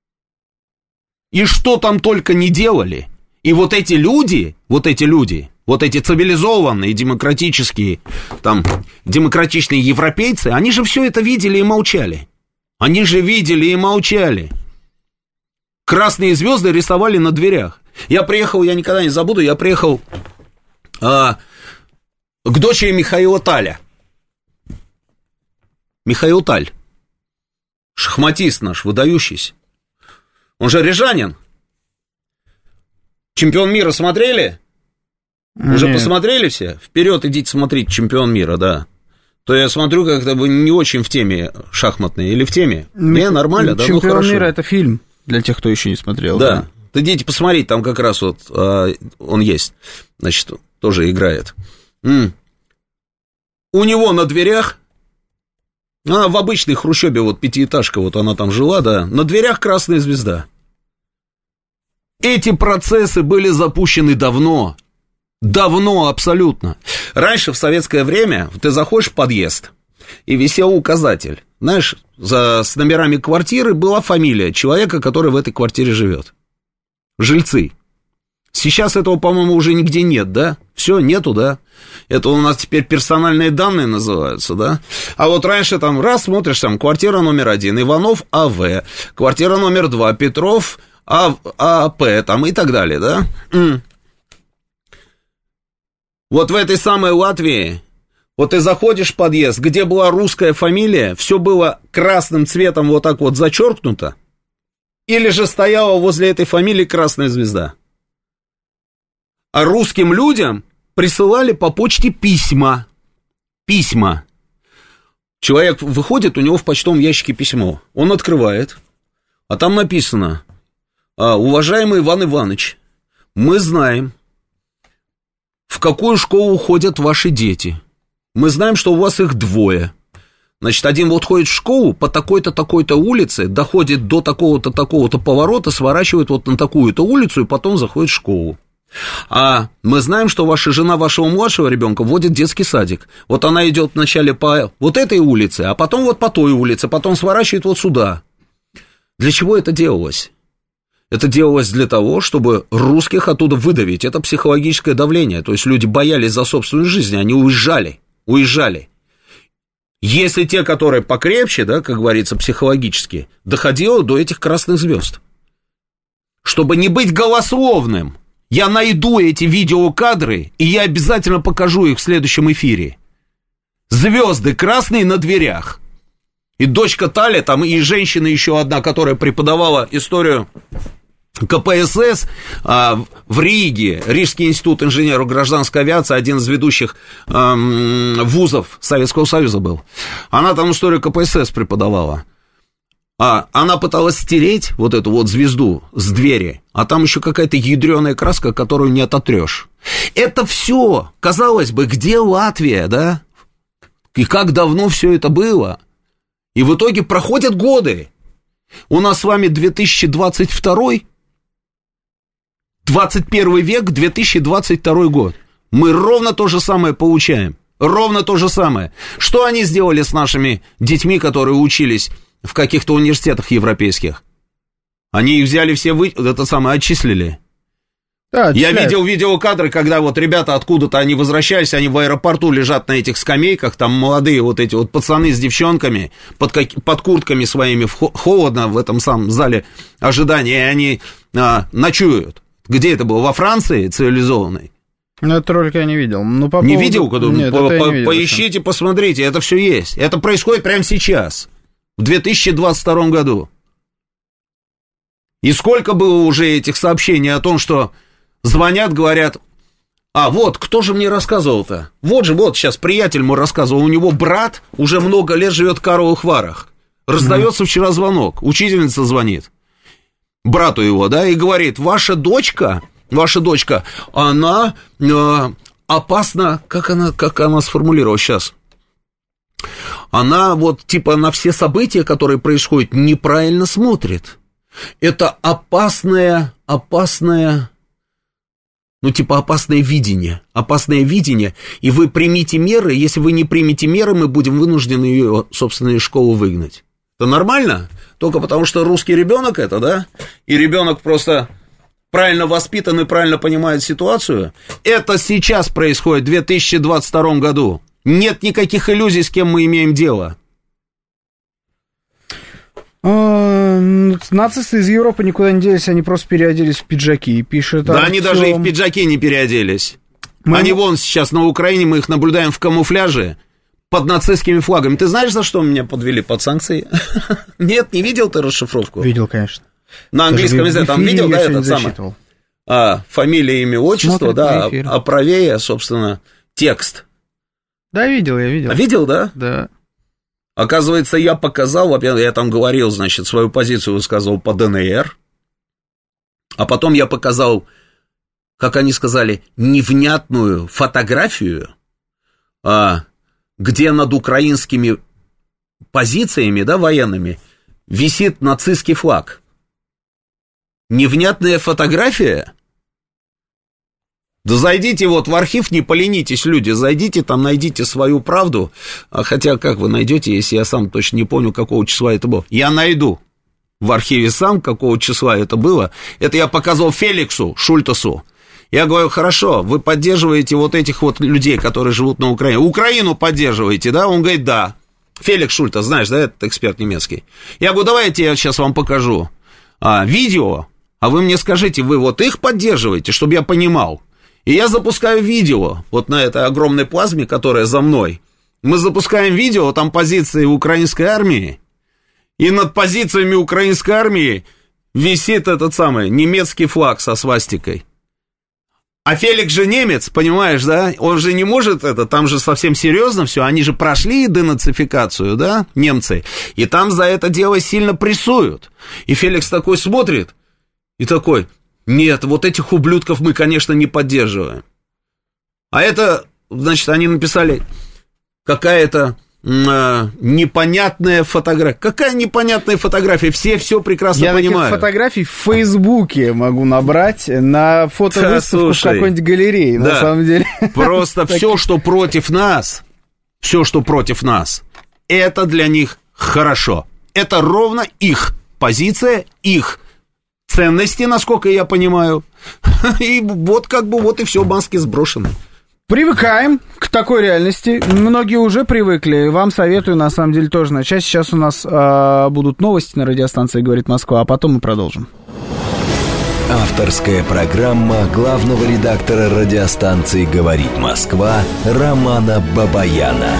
И что там только не делали. И вот эти люди, вот эти люди, вот эти цивилизованные, демократические, там, демократичные европейцы, они же все это видели и молчали. Они же видели и молчали. Красные звезды рисовали на дверях. Я приехал, я никогда не забуду, я приехал а, к дочери Михаила Таля. Михаил Таль. Шахматист наш, выдающийся. Он же рижанин. Чемпион мира смотрели? Уже Нет. посмотрели все? Вперед идите смотреть чемпион мира, да. То я смотрю, как-то вы не очень в теме шахматной. Или в теме? Не, нормально, да, ну Чемпион хорошо. мира — это фильм, для тех, кто еще не смотрел. Да. Ты идите посмотреть, там как раз вот а, он есть. Значит, тоже играет. М. У него на дверях, она в обычной хрущебе, вот пятиэтажка, вот она там жила, да, на дверях красная звезда. Эти процессы были запущены давно. Давно, абсолютно. Раньше, в советское время, ты заходишь в подъезд, и висел указатель. Знаешь, за, с номерами квартиры была фамилия человека, который в этой квартире живет. Жильцы. Сейчас этого, по-моему, уже нигде нет, да? Все, нету, да? Это у нас теперь персональные данные называются, да? А вот раньше там раз смотришь, там квартира номер один, Иванов А В, квартира номер два, Петров А, АП, там и так далее, да? М. Вот в этой самой Латвии, вот ты заходишь в подъезд, где была русская фамилия, все было красным цветом вот так вот зачеркнуто, Или же стояла возле этой фамилии красная звезда. А русским людям присылали по почте письма. Письма. Человек выходит, у него в почтовом ящике письмо. Он открывает, а там написано: уважаемый Иван Иванович, мы знаем, в какую школу ходят ваши дети. Мы знаем, что у вас их двое. Значит, один вот ходит в школу по такой-то, такой-то улице, доходит до такого-то, такого-то поворота, сворачивает вот на такую-то улицу и потом заходит в школу. А мы знаем, что ваша жена вашего младшего ребенка водит детский садик. Вот она идет вначале по вот этой улице, а потом вот по той улице, потом сворачивает вот сюда. Для чего это делалось? Это делалось для того, чтобы русских оттуда выдавить. Это психологическое давление. То есть люди боялись за собственную жизнь, они уезжали, уезжали. Если те, которые покрепче, да, как говорится, психологически, доходило до этих красных звезд. Чтобы не быть голословным, я найду эти видеокадры, и я обязательно покажу их в следующем эфире. Звезды красные на дверях. И дочка Таля, там и женщина еще одна, которая преподавала историю ка пэ эс эс а, в Риге, Рижский институт инженеров гражданской авиации, один из ведущих а, вузов Советского Союза был. Она там историю ка пэ эс эс преподавала. А она пыталась стереть вот эту вот звезду с двери, а там еще какая-то ядреная краска, которую не ототрешь. Это все, казалось бы, где Латвия, да? И как давно все это было? И в итоге проходят годы. У нас с вами две тысячи двадцать второй, двадцать первый век, две тысячи двадцать второй год. Мы ровно то же самое получаем. Ровно то же самое. Что они сделали с нашими детьми, которые учились в каких-то университетах европейских? Они их взяли все, вы... это самое, отчислили. Да, я видел видеокадры, когда вот ребята откуда-то они возвращались, они в аэропорту лежат на этих скамейках, там молодые вот эти вот пацаны с девчонками, под, как... под куртками своими, холодно в этом самом зале ожидания, и они а, ночуют. Где это было? Во Франции цивилизованной? Ну, этот ролик я не видел. Ну, по не поводу... видел? Когда... Нет, по- по- не видел, поищите, это. Посмотрите, это все есть. Это происходит прямо сейчас, в две тысячи двадцать втором году. И сколько было уже этих сообщений о том, что звонят, говорят: а вот, кто же мне рассказывал-то? Вот же, вот сейчас приятель мой рассказывал, у него брат уже много лет живет в Карловых Варах. Раздается mm-hmm. вчера звонок, учительница звонит брату его, да, и говорит: ваша дочка, ваша дочка, она э, опасна, как она, как она сформулировала сейчас? Она вот типа на все события, которые происходят, неправильно смотрит. Это опасное, опасное... Ну, типа опасное видение, опасное видение, и вы примите меры, если вы не примете меры, мы будем вынуждены ее, собственно, из школы выгнать. Это нормально? Только потому, что русский ребенок это, да? И ребенок просто правильно воспитан и правильно понимает ситуацию. Это сейчас происходит в две тысячи двадцать втором году. Нет никаких иллюзий, с кем мы имеем дело. Нацисты из Европы никуда не делись, они просто переоделись в пиджаки, пишет Да, Артём. они даже и в пиджаки не переоделись. Мы... Они вон сейчас на Украине, мы их наблюдаем в камуфляже под нацистскими флагами. Ты знаешь, за что меня подвели под санкции? Нет, не видел ты расшифровку? Видел, конечно. На английском языке там видел, да, этот самый? А, фамилия, имя, отчество, да, а правее, собственно, текст. Да, видел, я видел. А видел, да? Да. Оказывается, я показал, во-первых, я там говорил, значит, свою позицию высказывал по дэ эн эр, а потом я показал, как они сказали, невнятную фотографию, а, где над украинскими позициями, да, военными, висит нацистский флаг. Невнятная фотография? Да зайдите вот в архив, не поленитесь, люди, зайдите там, найдите свою правду, хотя как вы найдете, если я сам точно не помню, какого числа это было. Я найду в архиве сам, какого числа это было. Это я показывал Феликсу Шультасу. Я говорю: хорошо, вы поддерживаете вот этих вот людей, которые живут на Украине. Украину поддерживаете, да? Он говорит: да. Феликс Шультас, знаешь, да, этот эксперт немецкий. Я говорю: давайте я сейчас вам покажу а, видео, а вы мне скажите, вы вот их поддерживаете, чтобы я понимал. И я запускаю видео, вот на этой огромной плазме, которая за мной. Мы запускаем видео, там позиции украинской армии, и над позициями украинской армии висит этот самый немецкий флаг со свастикой. А Феликс же немец, понимаешь, да? Он же не может это, там же совсем серьезно все. Они же прошли денацификацию, да, немцы. И там за это дело сильно прессуют. И Феликс такой смотрит и такой: нет, вот этих ублюдков мы, конечно, не поддерживаем. А это, значит, они написали какая-то э, непонятная фотография. Какая непонятная фотография? Все все прекрасно Я понимают. Я таких фотографий в Фейсбуке могу набрать на фотовыставку да, в какой-нибудь галерее, да, на самом деле. Просто все, что против нас, все, что против нас, это для них хорошо. Это ровно их позиция, их ценности, насколько я понимаю. И вот как бы вот и все, маски сброшены. Привыкаем к такой реальности. Многие уже привыкли. Вам советую, на самом деле, тоже начать. Сейчас у нас э, будут новости на радиостанции «Говорит Москва», а потом мы продолжим. Авторская программа главного редактора радиостанции «Говорит Москва» Романа Бабаяна.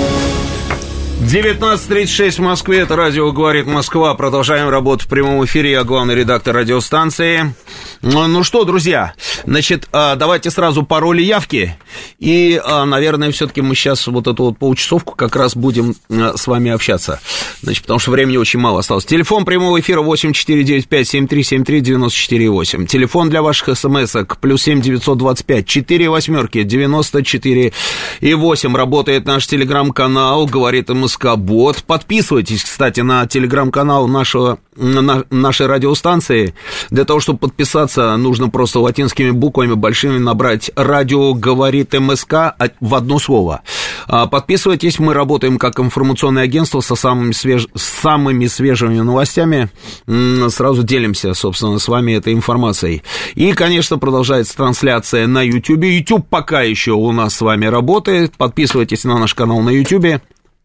девятнадцать тридцать шесть в Москве, это радио «Говорит Москва». Продолжаем работу в прямом эфире. Я главный редактор радиостанции. Ну, ну что, друзья, значит, давайте сразу пароли, явки. И, наверное, все-таки мы сейчас вот эту вот полчасовку как раз будем с вами общаться. Значит, потому что времени очень мало осталось. Телефон прямого эфира восемь четыре девять пять семь три семь три девять четыре восемь. Телефон для ваших смс-ок плюс семь девятьсот двадцать пять четыре восьмерки девяносто четыре и восемь. Работает наш телеграм-канал «Говорит МСК-бот». Подписывайтесь, кстати, на телеграм-канал нашего, на, нашей радиостанции. Для того, чтобы подписаться, нужно просто латинскими буквами большими набрать «Радио говорит МСК» в одно слово. Подписывайтесь, мы работаем как информационное агентство со самыми, свеж... с самыми свежими новостями. Сразу делимся, собственно, с вами этой информацией. И, конечно, продолжается трансляция на YouTube. YouTube пока еще у нас с вами работает. Подписывайтесь на наш канал на YouTube.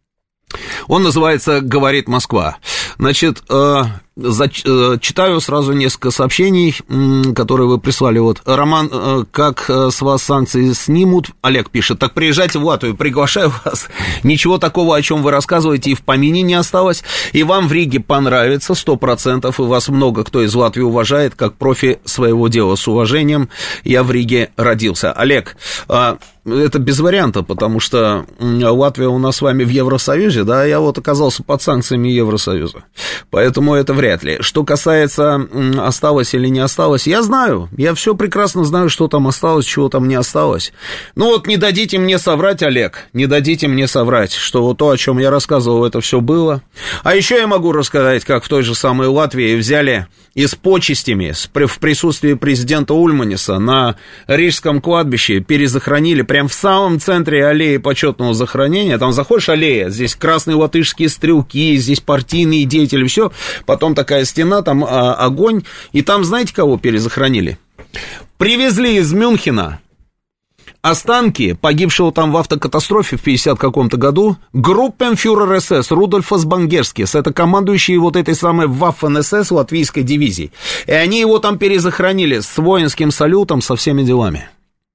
Он называется «Говорит Москва». Значит, э, за, э, читаю сразу несколько сообщений, э, которые вы прислали. Вот, Роман, э, как э, с вас санкции снимут? Олег пишет: так приезжайте в Латвию, приглашаю вас. Ничего такого, о чем вы рассказываете, и в помине не осталось. И вам в Риге понравится, сто процентов, и вас много кто из Латвии уважает, как профи своего дела. С уважением, я в Риге родился. Олег, э, это без варианта, потому что Латвия у нас с вами в Евросоюзе, да, я вот оказался под санкциями Евросоюза, поэтому это вряд ли. Что касается осталось или не осталось, я знаю, я все прекрасно знаю, что там осталось, чего там не осталось. Ну вот не дадите мне соврать, Олег, не дадите мне соврать, что вот то, о чем я рассказывал, это все было. А еще я могу рассказать, как в той же самой Латвии взяли и с почестями, в присутствии президента Ульманиса на Рижском кладбище перезахоронили прямо в самом центре аллеи почетного захоронения. Там заходишь, аллея, здесь красные латышские стрелки, здесь партийные деятели, все. Потом такая стена, там а, огонь. И там, знаете, кого перезахоронили? Привезли из Мюнхена останки погибшего там в автокатастрофе в пятидесятом каком-то году группенфюрер СС Рудольфа Сбангерскис. Это командующий вот этой самой Waffen-СС латвийской дивизии. И они его там перезахоронили с воинским салютом, со всеми делами.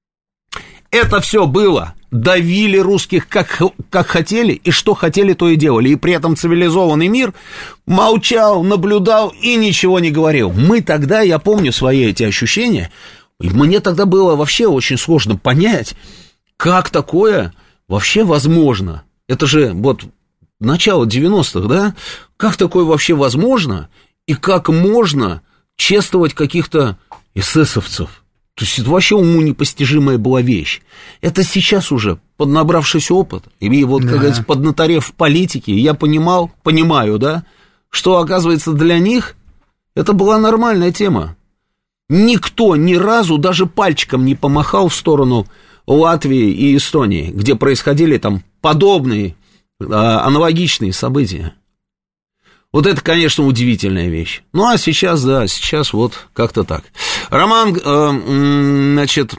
Это все было. Давили русских как, как хотели, и что хотели, то и делали. И при этом цивилизованный мир молчал, наблюдал и ничего не говорил. Мы тогда, я помню свои эти ощущения, мне тогда было вообще очень сложно понять, как такое вообще возможно. Это же вот начало девяностых, да? Как такое вообще возможно, и как можно чествовать каких-то эсэсовцев? То есть это вообще уму непостижимая была вещь. Это сейчас уже, поднабравшись опыт, и вот, как да. говорится, поднаторев в политике, я понимал, понимаю, да, что, оказывается, для них это была нормальная тема. Никто ни разу даже пальчиком не помахал в сторону Латвии и Эстонии, где происходили там подобные, аналогичные события. Вот это, конечно, удивительная вещь. Ну, а сейчас, да, сейчас вот как-то так. Роман, э, значит,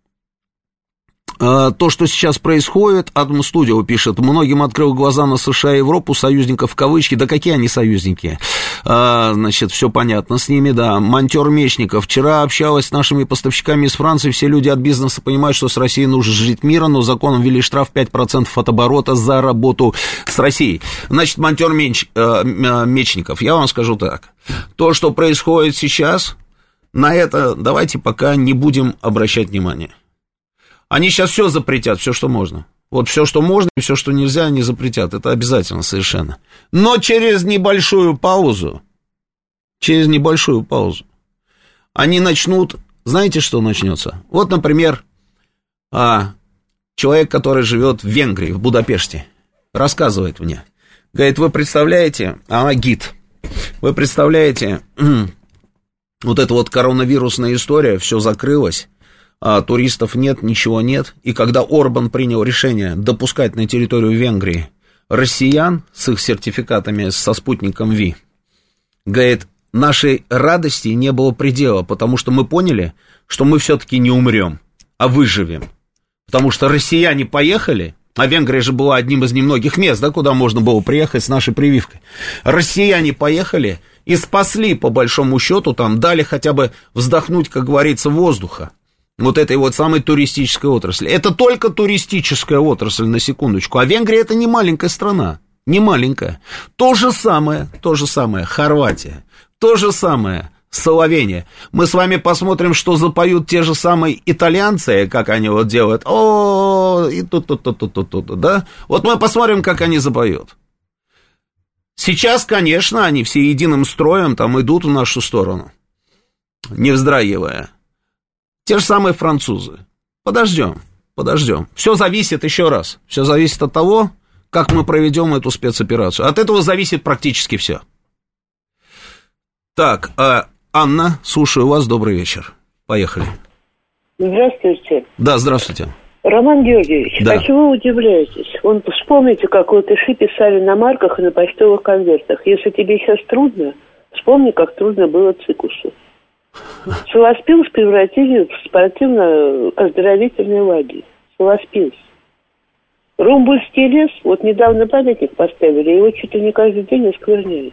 э, то, что сейчас происходит, Атом Студио пишет, многим открыл глаза на США и Европу, союзников в кавычки. Да какие они союзники? а, значит, все понятно с ними, да. Монтер Мечников. Вчера общалась с нашими поставщиками из Франции, все люди от бизнеса понимают, что с Россией нужно жить мирно, но законом ввели штраф пять процентов от оборота за работу с Россией. Значит, Монтер Меч, э, Мечников, я вам скажу так. То, что происходит сейчас, на это давайте пока не будем обращать внимания. Они сейчас все запретят, все, что можно. Вот все, что можно, и все, что нельзя, они запретят. Это обязательно совершенно. Но через небольшую паузу, через небольшую паузу, они начнут, знаете, что начнется? Вот, например, человек, который живет в Венгрии, в Будапеште, рассказывает мне. Говорит, вы представляете, она гид, вы представляете, вот эта вот коронавирусная история, все закрылось. А туристов нет, ничего нет. И когда Орбан принял решение допускать на территорию Венгрии россиян с их сертификатами со спутником Ви, говорит, нашей радости не было предела, потому что мы поняли, что мы все-таки не умрем, а выживем. Потому что россияне поехали, а Венгрия же была одним из немногих мест, да, куда можно было приехать с нашей прививкой. Россияне поехали и спасли, по большому счету, там, дали хотя бы вздохнуть, как говорится, воздуха. Вот этой вот самой туристической отрасли. Это только туристическая отрасль, на секундочку. А Венгрия это не маленькая страна. Не маленькая. То же самое, то же самое Хорватия. То же самое Словения. Мы с вами посмотрим, что запоют те же самые итальянцы, как они вот делают. О, и тут, тут, тут, тут, тут, тут, да? Вот мы посмотрим, как они запоют. Сейчас, конечно, они все единым строем там идут в нашу сторону, не вздрагивая. Те же самые французы. Подождем, подождем. Все зависит, еще раз, все зависит от того, как мы проведем эту спецоперацию. От этого зависит практически все. Так, а, Анна, слушаю вас, добрый вечер. Поехали. Здравствуйте. Да, здравствуйте. Роман Георгиевич, да. А чего вы удивляетесь? Вон, вспомните, как вот иши писали на марках и на почтовых конвертах. Если тебе сейчас трудно, вспомни, как трудно было Цикусу. Солоспилс превратили в спортивно-оздоровительный лагерь. Солоспилс. Румбульский лес, вот недавно памятник поставили, его чуть ли не каждый день оскверняют.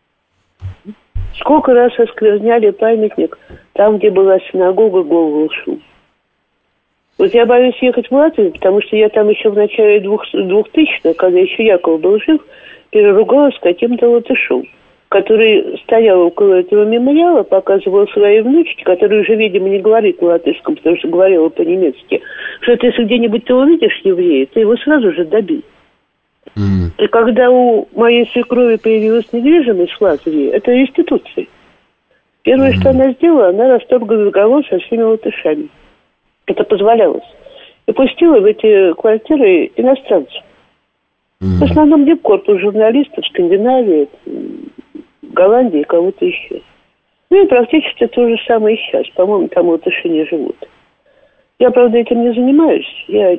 Сколько раз оскверняли памятник там, где была синагога Гол-Гол-Шум. Вот я боюсь ехать в Латвию, потому что я там еще в начале двухтысячных, когда еще Яков был жив, переругалась с каким-то латышом, который стоял около этого мемориала, показывал своей внучке, которая уже, видимо, не говорит на латышском, потому что говорила по-немецки, что ты, если где-нибудь ты увидишь еврея, ты его сразу же добей. Mm. И когда у моей свекрови появилась недвижимость в Латвии, это институция. Первое, mm. что она сделала, она расторгла договор со всеми латышами. Это позволялось. И пустила в эти квартиры иностранцев. Mm. В основном дипкорпус журналистов Скандинавии, Голландии и кого-то еще. Ну и практически то же самое и сейчас. По-моему, там латыши не живут. Я, правда, этим не занимаюсь. Я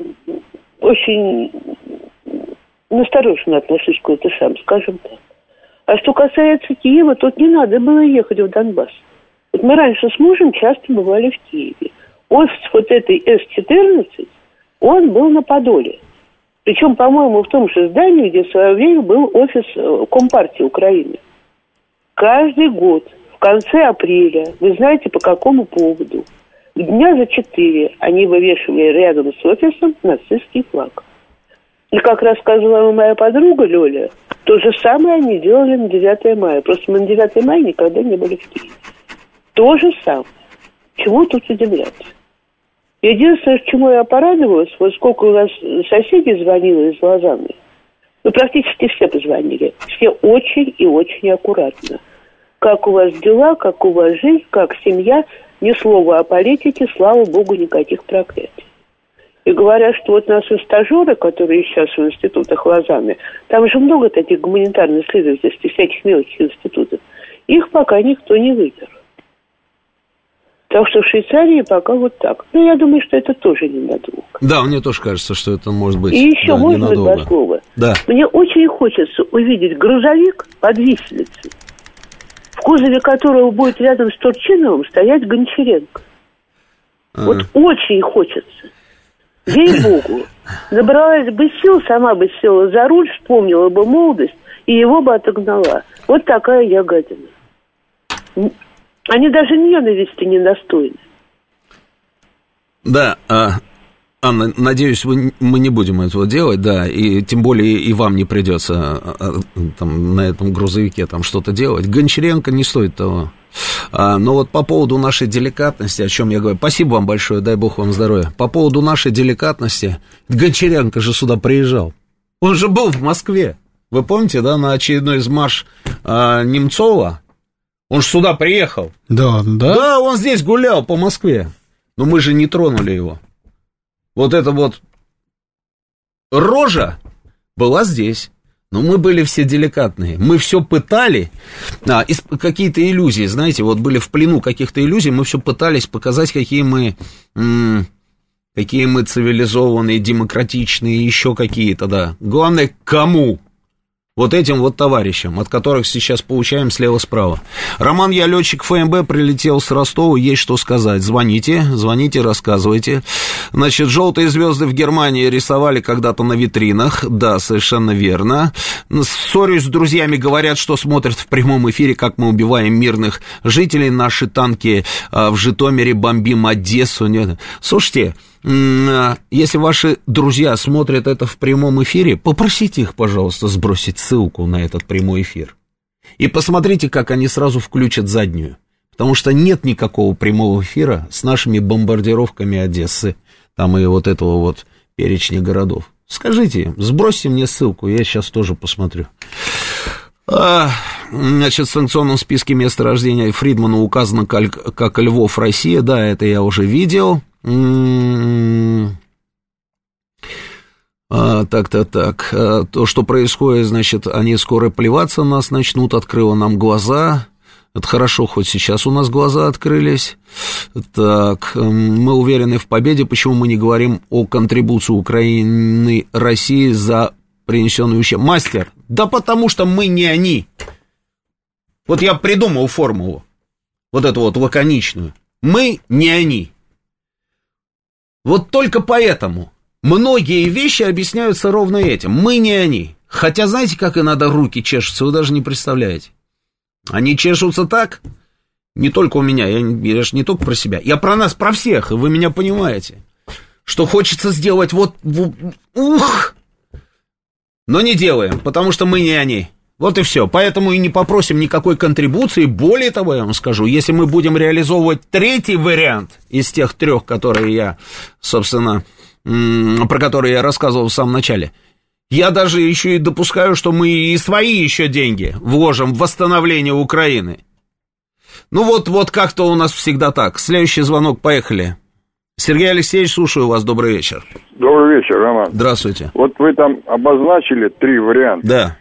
очень настороженно отношусь к латышам, скажем так. А что касается Киева, тут не надо было ехать в Донбасс. Вот мы раньше с мужем часто бывали в Киеве. Офис вот этой эс четырнадцать, он был на Подоле. Причем, по-моему, в том же здании, где в свое время был офис Компартии Украины. Каждый год, в конце апреля, вы знаете, по какому поводу, дня за четыре они вывешивали рядом с офисом нацистский флаг. И, как рассказывала моя подруга Лёля, то же самое они делали на девятое мая. Просто мы на девятое мая никогда не были в Киеве. То же самое. Чему тут удивляться? Единственное, чему я порадовалась, вот сколько у нас соседей звонило из Лозанны, ну, практически все позвонили. Все очень и очень аккуратно. Как у вас дела, как у вас жизнь, как семья, ни слова о политике, слава богу, никаких проклятий. И говорят, что вот наши стажеры, которые сейчас в институтах Лозанны, там же много таких гуманитарно-исследовательских, всяких мелких институтов, их пока никто не вытер. Так что в Швейцарии пока вот так. Но я думаю, что это тоже ненадолго. Да, мне тоже кажется, что это может быть. И еще, да, можно ненадолго. быть, два слова? Да. Мне очень хочется увидеть грузовик под виселицей, в кузове которого будет рядом с Турчиновым стоять Гончаренко. А-а. Вот очень хочется. Ей-богу. Набралась бы сил, сама бы села за руль, вспомнила бы молодость и его бы отогнала. Вот такая я гадина. Они даже ненависти не достойны. Да, а, Анна, надеюсь, вы, мы не будем этого делать, да, и тем более и вам не придется а, там, на этом грузовике там что-то делать. Гончаренко не стоит того. А, но вот по поводу нашей деликатности, о чем я говорю, спасибо вам большое, дай бог вам здоровья. По поводу нашей деликатности, Гончаренко же сюда приезжал. Он же был в Москве. Вы помните, да, на очередной из марш а, Немцова? Он же сюда приехал. Да, да. Да, он здесь гулял по Москве. Но мы же не тронули его. Вот эта вот рожа была здесь. Но мы были все деликатные. Мы все пытали. А, какие-то иллюзии, знаете, вот были в плену каких-то иллюзий. Мы все пытались показать, какие мы, м- какие мы цивилизованные, демократичные, еще какие-то, да. Главное, кому? Вот этим вот товарищам, от которых сейчас получаем слева-справа. Роман, я летчик ФМБ, прилетел с Ростова, есть что сказать. Звоните, звоните, рассказывайте. Значит, желтые звезды в Германии рисовали когда-то на витринах. Да, совершенно верно. Ссорюсь с друзьями, говорят, что смотрят в прямом эфире, как мы убиваем мирных жителей. Наши танки а, в Житомире, бомбим Одессу. Слушайте, если ваши друзья смотрят это в прямом эфире, попросите их, пожалуйста, сбросить ссылку на этот прямой эфир. И посмотрите, как они сразу включат заднюю. Потому что нет никакого прямого эфира с нашими бомбардировками Одессы, там и вот этого вот перечня городов. Скажите им, сбросьте мне ссылку, я сейчас тоже посмотрю. А, значит, в санкционном списке места рождения Фридмана указано как, как Львов, Россия. Да, это я уже видел. А, так-то так. А, то, что происходит, значит, они скоро плеваться нас начнут, открыло нам глаза. Это хорошо, хоть сейчас у нас глаза открылись. Так, мы уверены в победе. Почему мы не говорим о контрибуции Украины России за принесенный ущерб? Мастер, да потому что мы не они. Вот я придумал формулу, вот эту вот лаконичную. Мы не они. Вот только поэтому многие вещи объясняются ровно этим. Мы не они. Хотя знаете, как иногда руки чешутся, вы даже не представляете. Они чешутся так, не только у меня, я, я же не только про себя, я про нас, про всех, и вы меня понимаете, что хочется сделать вот, ух, но не делаем, потому что мы не они. Вот и все. Поэтому и не попросим никакой контрибуции. Более того, я вам скажу, если мы будем реализовывать третий вариант из тех трех, которые я, собственно, про которые я рассказывал в самом начале, я даже еще и допускаю, что мы и свои еще деньги вложим в восстановление Украины. Ну вот, вот как-то у нас всегда так. Следующий звонок, поехали. Сергей Алексеевич, слушаю вас, добрый вечер. Добрый вечер, Роман. Здравствуйте. Вот вы там обозначили три варианта. Да.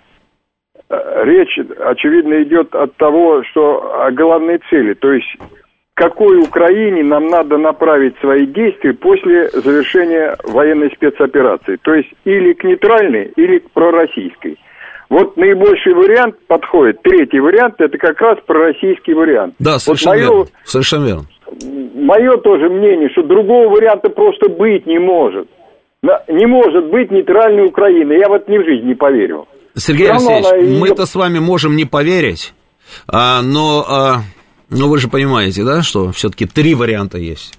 Речь, очевидно, идет от того, что о главной цели, то есть к какой Украине нам надо направить свои действия после завершения военной спецоперации, то есть или к нейтральной, или к пророссийской. Вот наибольший вариант подходит. Третий вариант – это как раз пророссийский вариант. Да, совершенно вот мое, верно. Совершенно верно. Мое тоже мнение, что другого варианта просто быть не может. Не может быть нейтральной Украины. Я в это ни в жизни не поверю. Сергей Алексеевич, ее... мы-то с вами можем не поверить, а, но, а, но вы же понимаете, да, что все-таки три варианта есть.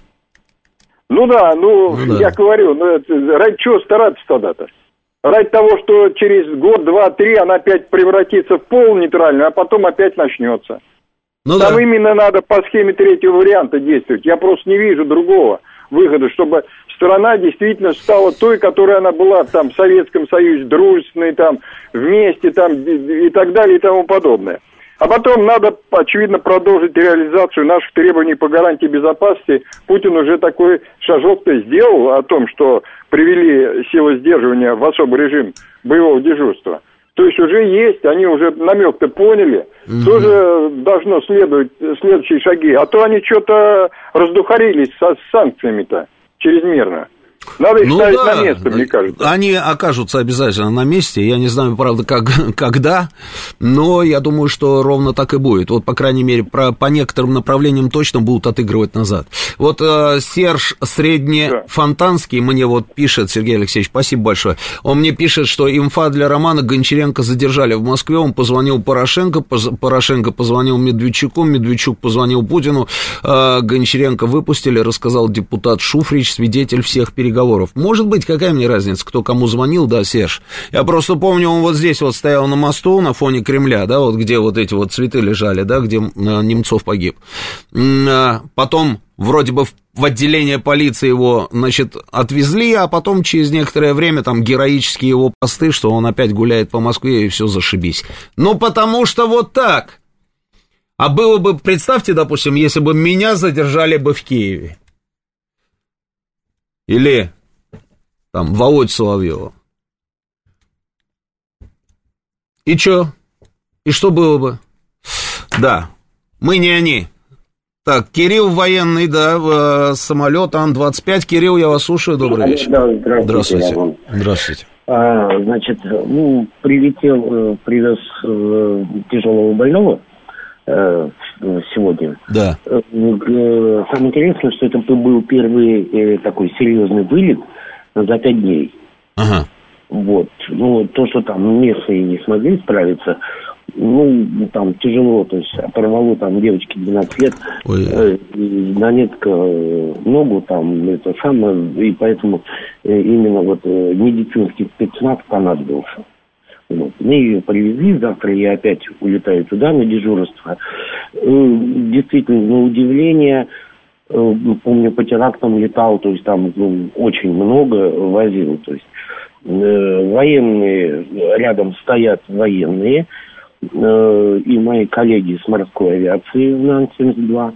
Ну да, ну, ну да. я говорю, ну, это, ради чего стараться тогда-то? Ради того, что через год, два, три она опять превратится в полнейтральную, а потом опять начнется. Ну Там да. именно надо по схеме третьего варианта действовать. Я просто не вижу другого выхода, чтобы страна действительно стала той, которой она была там в Советском Союзе, дружественной, там, вместе, там, и так далее, и тому подобное. А потом надо, очевидно, продолжить реализацию наших требований по гарантии безопасности. Путин уже такой шажок-то сделал о том, что привели силы сдерживания в особый режим боевого дежурства. То есть уже есть, они уже намек-то поняли, mm-hmm. тоже должно следовать следующие шаги. А то они что-то раздухарились со, с санкциями-то чрезмерно. Надо их ну, ставить да. на место, мне кажется. Они окажутся обязательно на месте. Я не знаю, правда, как, когда, но я думаю, что ровно так и будет. Вот, по крайней мере, про, по некоторым направлениям точно будут отыгрывать назад. Вот э, Серж Среднефонтанский да. мне вот пишет, Сергей Алексеевич, спасибо большое. Он мне пишет, что инфа для Романа: Гончаренко задержали в Москве. Он позвонил Порошенко, поз, Порошенко позвонил Медведчуку, Медведчук позвонил Путину. Э, Гончаренко выпустили, рассказал депутат Шуфрич, свидетель всех переговоров. Может быть, какая мне разница, кто кому звонил, да, Серж? Я просто помню, он вот здесь вот стоял на мосту на фоне Кремля, да, вот где вот эти вот цветы лежали, да, где Немцов погиб. Потом вроде бы в отделение полиции его, значит, отвезли, а потом через некоторое время там героические его посты, что он опять гуляет по Москве и все зашибись. Ну, потому что вот так. А было бы, представьте, допустим, если бы меня задержали бы в Киеве. Или там Володь Соловьева. И чё? И что было бы? Да, мы не они. Так, Кирилл военный, да, самолет Ан двадцать пять. Кирилл, я вас слушаю, добрый вечер. Да, здравствуйте. Здравствуйте. Здравствуйте. А, значит, ну, прилетел, привез э, тяжелого больного э, сегодня. Да. Э, самое интересное, что это был первый э, такой серьезный вылет за пять дней. Ага. Вот. Ну, то, что там местные не смогли справиться, ну, там тяжело, то есть оторвало там девочке двенадцать лет, э, Донецка э, ногу там, это самое, и поэтому э, именно вот э, медицинский спецназ понадобился. Вот. Мы ее привезли, завтра я опять улетаю туда на дежурство. Э, действительно, на удивление, э, помню, по терактам летал, то есть там ну, очень много возил, то есть э, военные, рядом стоят военные, и мои коллеги с морской авиации на семьдесят два.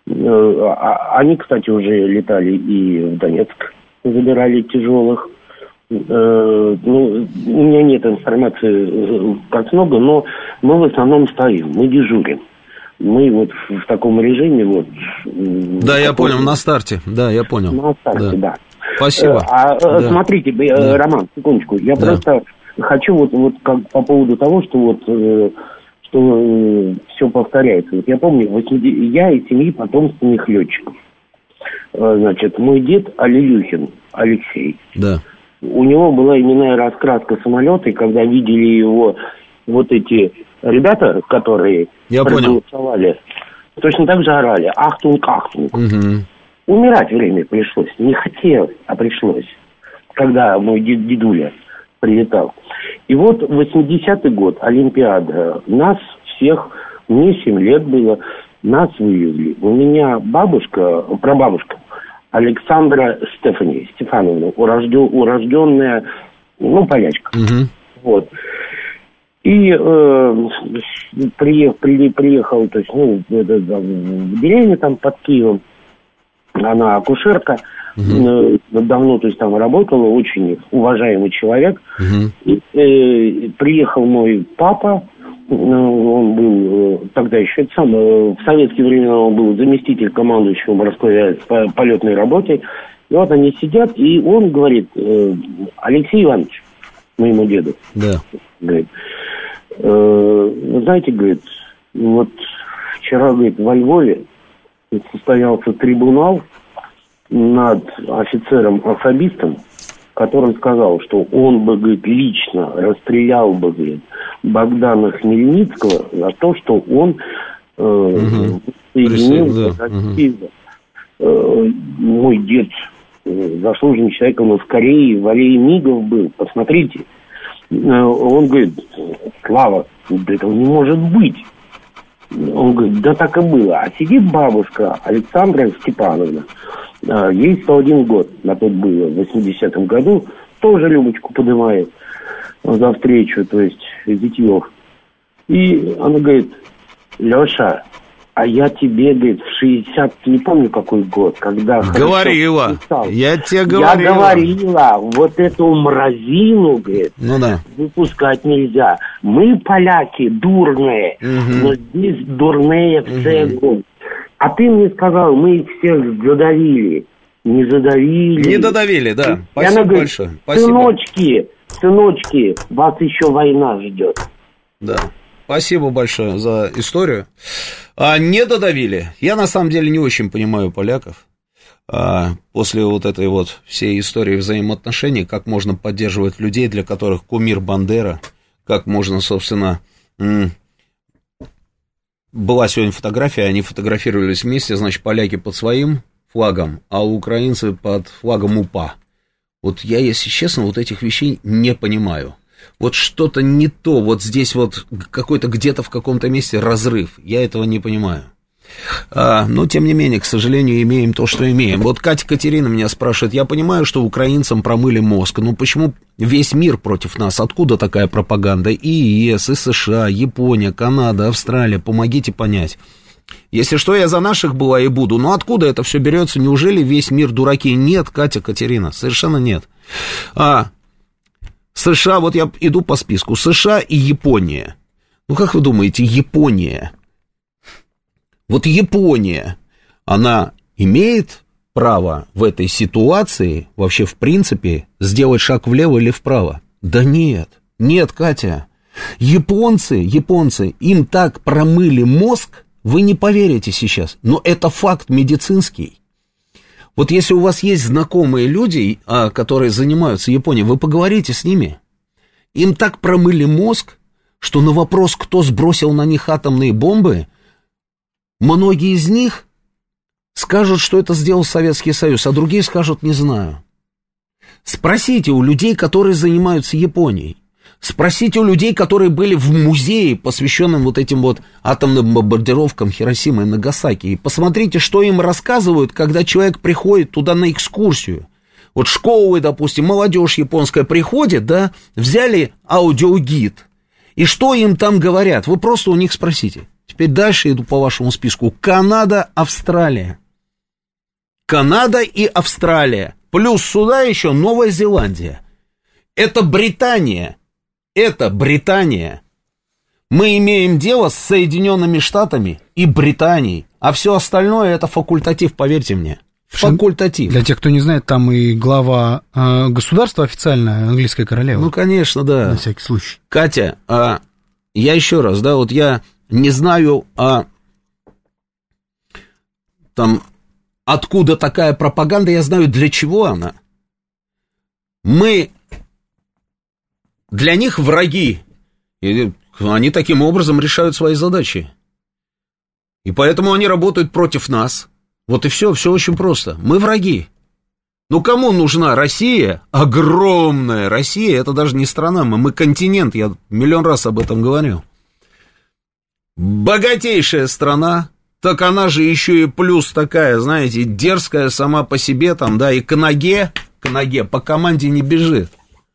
Они, кстати, уже летали и в Донецк, забирали тяжелых. Ну, у меня нет информации как много, но мы в основном стоим, мы дежурим. Мы вот в таком режиме вот... Да, я понял, на старте, да, я понял. На старте, да. да. Спасибо. А, да. Смотрите, да. Роман, секундочку, я да. просто... Хочу вот, вот как по поводу того, что вот э, что э, все повторяется. Вот я помню, восьмидесятые я из семьи потомственных летчиков. Э, значит, мой дед Алилюхин Алексей. Да. У него была именная раскраска самолета, и когда видели его вот эти ребята, которые проголосовали, точно так же орали: «Ахтунг, ахтунг». Угу. Умирать время пришлось. Не хотелось, а пришлось. Когда мой дед, дедуля прилетал. И вот восьмидесятый год, Олимпиада. Нас всех, мне семь лет было, нас вывезли. У меня бабушка, прабабушка Александра Стефани, Стефановна, урожден, урожденная, ну, полячка. Угу. Вот. И э, приехал, при, приехал, то есть, ну, в деревню там под Киевом, она акушерка, uh-huh. давно, то есть, там работала, очень уважаемый человек. Uh-huh. И, э, приехал мой папа, он был тогда еще, это сам, в советские времена он был заместитель командующего морской по полетной работе. И вот они сидят, и он говорит: Алексей Иванович, моему деду, да. говорит, вы знаете, говорит, вот вчера, говорит, во Львове состоялся трибунал над офицером-особистом, который сказал, что он бы, говорит, лично расстрелял бы, говорит, Богдана Хмельницкого за то, что он э, угу. соединился с Россией. Э, мой дед, э, заслуженный человек, он в Корее, в аллее Мигов был, посмотрите. Э, он говорит: Слава, этого не может быть. Он говорит: да так и было. А сидит бабушка Александра Степановна, ей сто один год, на тот было, в восьмидесятом году, тоже Любочку поднимает за встречу, то есть Зятьев. И она говорит: Леша, а я тебе, говорит, в шестьдесят, не помню какой год, когда... Говорила, писал, я тебе говорила. Я говорила, вот эту мразину, говорит, ну, да. выпускать нельзя. Мы, поляки, дурные, угу. но здесь дурные все. Угу. А ты мне сказал, мы их всех задавили. не задавили. Не додавили, да. Спасибо и она говорит, большое. Спасибо. Сыночки, сыночки, вас еще война ждет. Да. Спасибо большое за историю. А, не додавили. Я на самом деле не очень понимаю поляков. А, после вот этой вот всей истории взаимоотношений, как можно поддерживать людей, для которых кумир Бандера, как можно, собственно... М- была сегодня фотография, они фотографировались вместе, значит, поляки под своим флагом, а украинцы под флагом УПА. Вот я, если честно, вот этих вещей не понимаю. Вот что-то не то, вот здесь вот какой-то где-то в каком-то месте разрыв, я этого не понимаю. А, но, тем не менее, к сожалению, имеем то, что имеем. Вот Катя Катерина меня спрашивает, я понимаю, что украинцам промыли мозг, но почему весь мир против нас? Откуда такая пропаганда? И ЕС, и США, Япония, Канада, Австралия, помогите понять. Если что, я за наших была и буду, но откуда это все берется? Неужели весь мир дураки? Нет, Катя Катерина, совершенно нет. А, США, вот я иду по списку, США и Япония. Ну, как вы думаете, Япония... Вот Япония, она имеет право в этой ситуации вообще в принципе сделать шаг влево или вправо? Да нет, нет, Катя. Японцы, японцы, им так промыли мозг, вы не поверите сейчас, но это факт медицинский. Вот если у вас есть знакомые люди, которые занимаются Японией, вы поговорите с ними. Им так промыли мозг, что на вопрос, кто сбросил на них атомные бомбы, многие из них скажут, что это сделал Советский Союз, а другие скажут, не знаю. Спросите у людей, которые занимаются Японией. Спросите у людей, которые были в музее, посвященном вот этим вот атомным бомбардировкам Хиросимы и Нагасаки. И посмотрите, что им рассказывают, когда человек приходит туда на экскурсию. Вот школы, допустим, молодежь японская приходит, да, взяли аудиогид. И что им там говорят? Вы просто у них спросите. Теперь дальше иду по вашему списку. Канада, Австралия. Канада и Австралия. Плюс сюда еще Новая Зеландия. Это Британия. Это Британия. Мы имеем дело с Соединенными Штатами и Британией. А все остальное это факультатив, поверьте мне. Факультатив. Для тех, кто не знает, там и глава э, государства официальная, английская королева. Ну, конечно, да. На всякий случай. Катя, а, я еще раз, да, вот я... Не знаю, а, там, откуда такая пропаганда, я знаю, для чего она. Мы для них враги, и они таким образом решают свои задачи. И поэтому они работают против нас. Вот и все, все очень просто. Мы враги. Ну, кому нужна Россия? Огромная Россия, это даже не страна, мы, мы континент, я миллион раз об этом говорил. Богатейшая страна, так она же еще и плюс такая, знаете, дерзкая сама по себе там, да, и к ноге, к ноге по команде не бежит.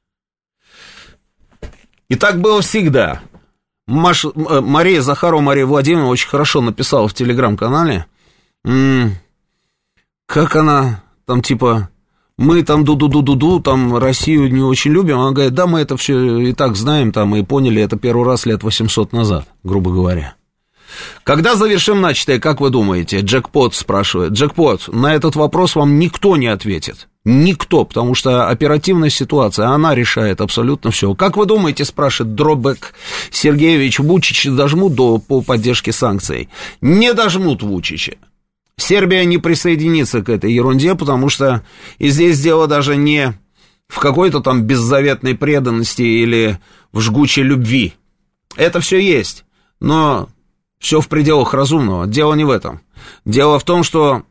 И так было всегда. Маша, Мария Захарова, Мария Владимировна очень хорошо написала в телеграм-канале, м-м, как она там типа... Мы там ду-ду-ду-ду-ду, там Россию не очень любим. Она говорит, да, мы это все и так знаем, там, и поняли это первый раз лет восемьсот назад, грубо говоря. Когда завершим начатое, как вы думаете? Джекпот спрашивает. Джекпот, на этот вопрос вам никто не ответит. Никто, потому что оперативная ситуация, она решает абсолютно все. Как вы думаете, спрашивает Дробек Сергеевич, Вучича дожмут до, по поддержке санкций? Не дожмут Вучича. Сербия не присоединится к этой ерунде, потому что и здесь дело даже не в какой-то там беззаветной преданности или в жгучей любви. Это все есть, но все в пределах разумного. Дело не в этом. Дело в том, что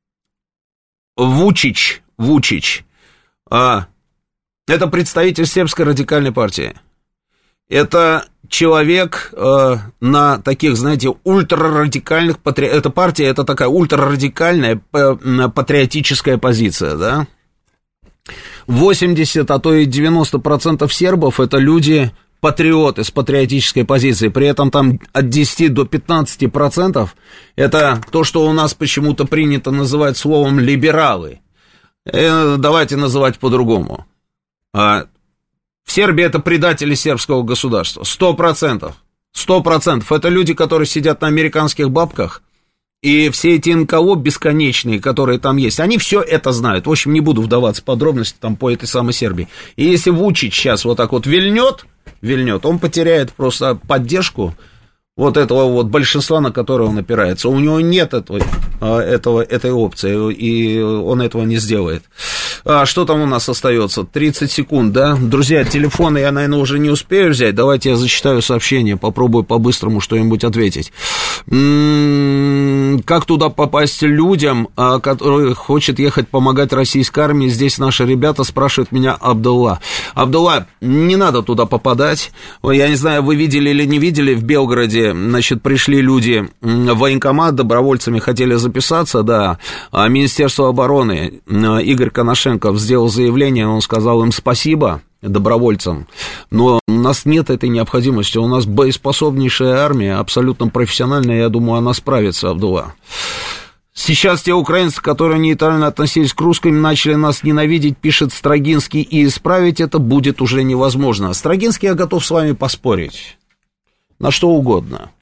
Вучич, Вучич, а, это представитель сербской радикальной партии. Это человек э, на таких, знаете, ультрарадикальных... Патри... Эта партия, это такая ультрарадикальная патриотическая позиция, да? восемьдесят, а то и девяносто процентов сербов это люди, патриоты с патриотической позицией. При этом там от десяти до пятнадцати процентов это то, что у нас почему-то принято называть словом либералы. Э, давайте называть по-другому. А... В Сербии это предатели сербского государства. Сто процентов. Сто процентов. Это люди, которые сидят на американских бабках И все эти эн ка о бесконечные, которые там есть, они все это знают. В общем, не буду вдаваться в подробности там по этой самой Сербии. И если Вучич сейчас вот так вот вильнет, вильнет, он потеряет просто поддержку вот этого вот большинства, на которое он опирается. У него нет этого, этого, этой опции, и он этого не сделает. А что там у нас остается? тридцать секунд, да? Друзья, телефоны я, наверное, уже не успею взять. Давайте я зачитаю сообщение, попробую по-быстрому что-нибудь ответить. М-м-м, как туда попасть людям, которые хотят ехать помогать российской армии? Здесь наши ребята, спрашивают меня Абдулла. Абдулла, не надо туда попадать. Я не знаю, вы видели или не видели, в Белгороде, значит, пришли люди в военкомат, добровольцами хотели записаться, да. Министерство обороны, Игорь Коношенков сделал заявление, он сказал им спасибо, добровольцам, но у нас нет этой необходимости, у нас боеспособнейшая армия, абсолютно профессиональная, я думаю, она справится, Абдулла. Сейчас те украинцы, которые нейтрально относились к русским, начали нас ненавидеть, пишет Строгинский, и исправить это будет уже невозможно. Строгинский, я готов с вами поспорить на что угодно,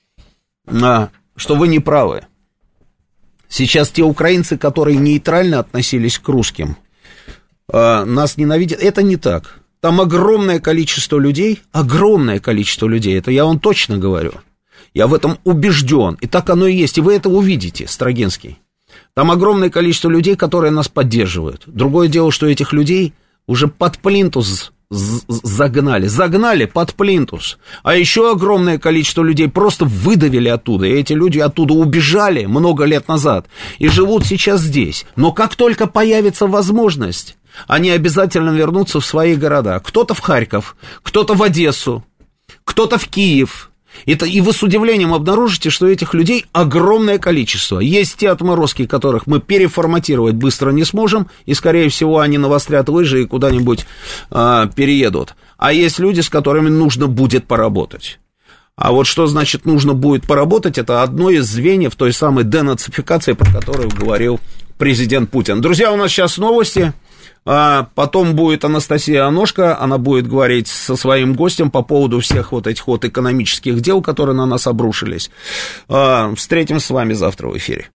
на что вы не правы. Сейчас те украинцы, которые нейтрально относились к русским, э, нас ненавидят. Это не так. Там огромное количество людей, огромное количество людей, это я вам точно говорю. Я в этом убежден, и так оно и есть, и вы это увидите, Строгинский. Там огромное количество людей, которые нас поддерживают. Другое дело, что этих людей уже под плинтус загнали, загнали под плинтус. А еще огромное количество людей просто выдавили оттуда. И эти люди оттуда убежали много лет назад и живут сейчас здесь. Но как только появится возможность, они обязательно вернутся в свои города. Кто-то в Харьков, кто-то в Одессу, кто-то в Киев. Это, и вы с удивлением обнаружите, что этих людей огромное количество. Есть те отморозки, которых мы переформатировать быстро не сможем, и, скорее всего, они навострят лыжи и куда-нибудь а, переедут. А есть люди, с которыми нужно будет поработать. А вот что значит нужно будет поработать, это одно из звеньев той самой денацификации, про которую говорил президент Путин. Друзья, у нас сейчас новости. А потом будет Анастасия Аношка, она будет говорить со своим гостем по поводу всех вот этих вот экономических дел, которые на нас обрушились. А, встретимся с вами завтра в эфире.